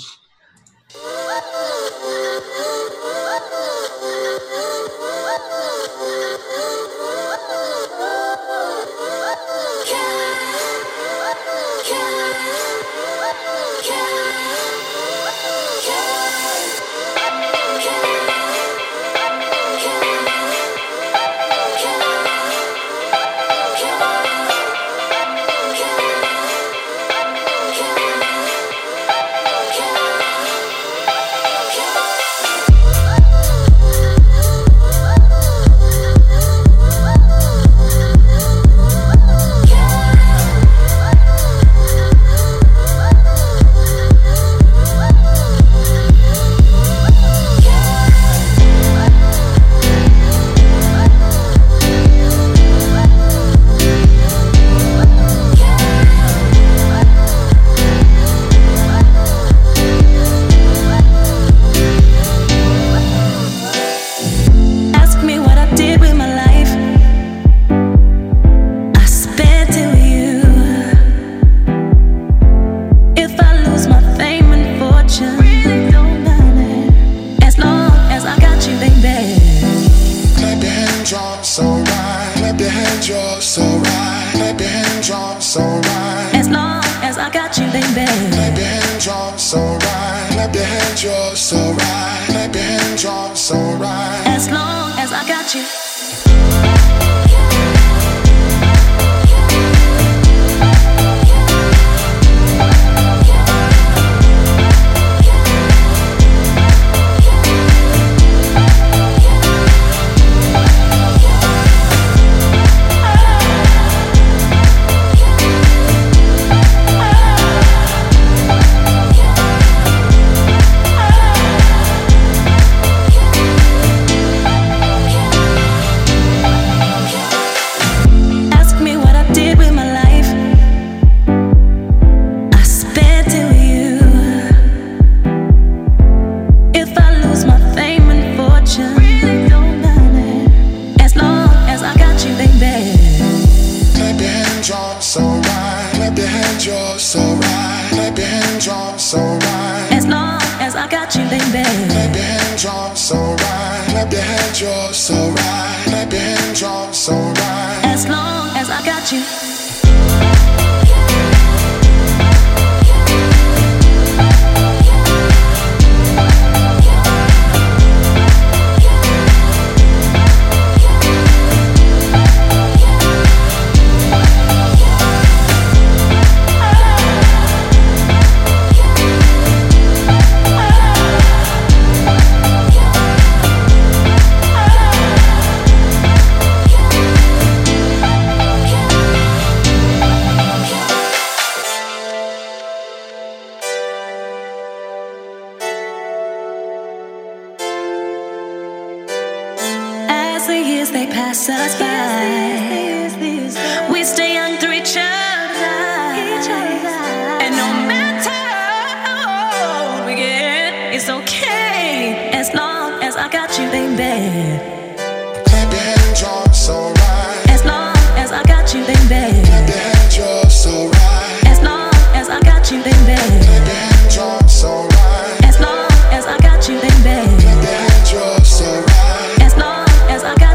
drop so right. Clap your hands, you're so right. Clap your hands, drop so right. As long as I got you, baby. Clap your hands, drop so right. Clap your hands, you're so right. Clap your hands, drop so right. As long as I got you.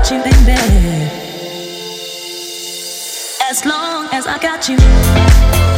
As long as I got you.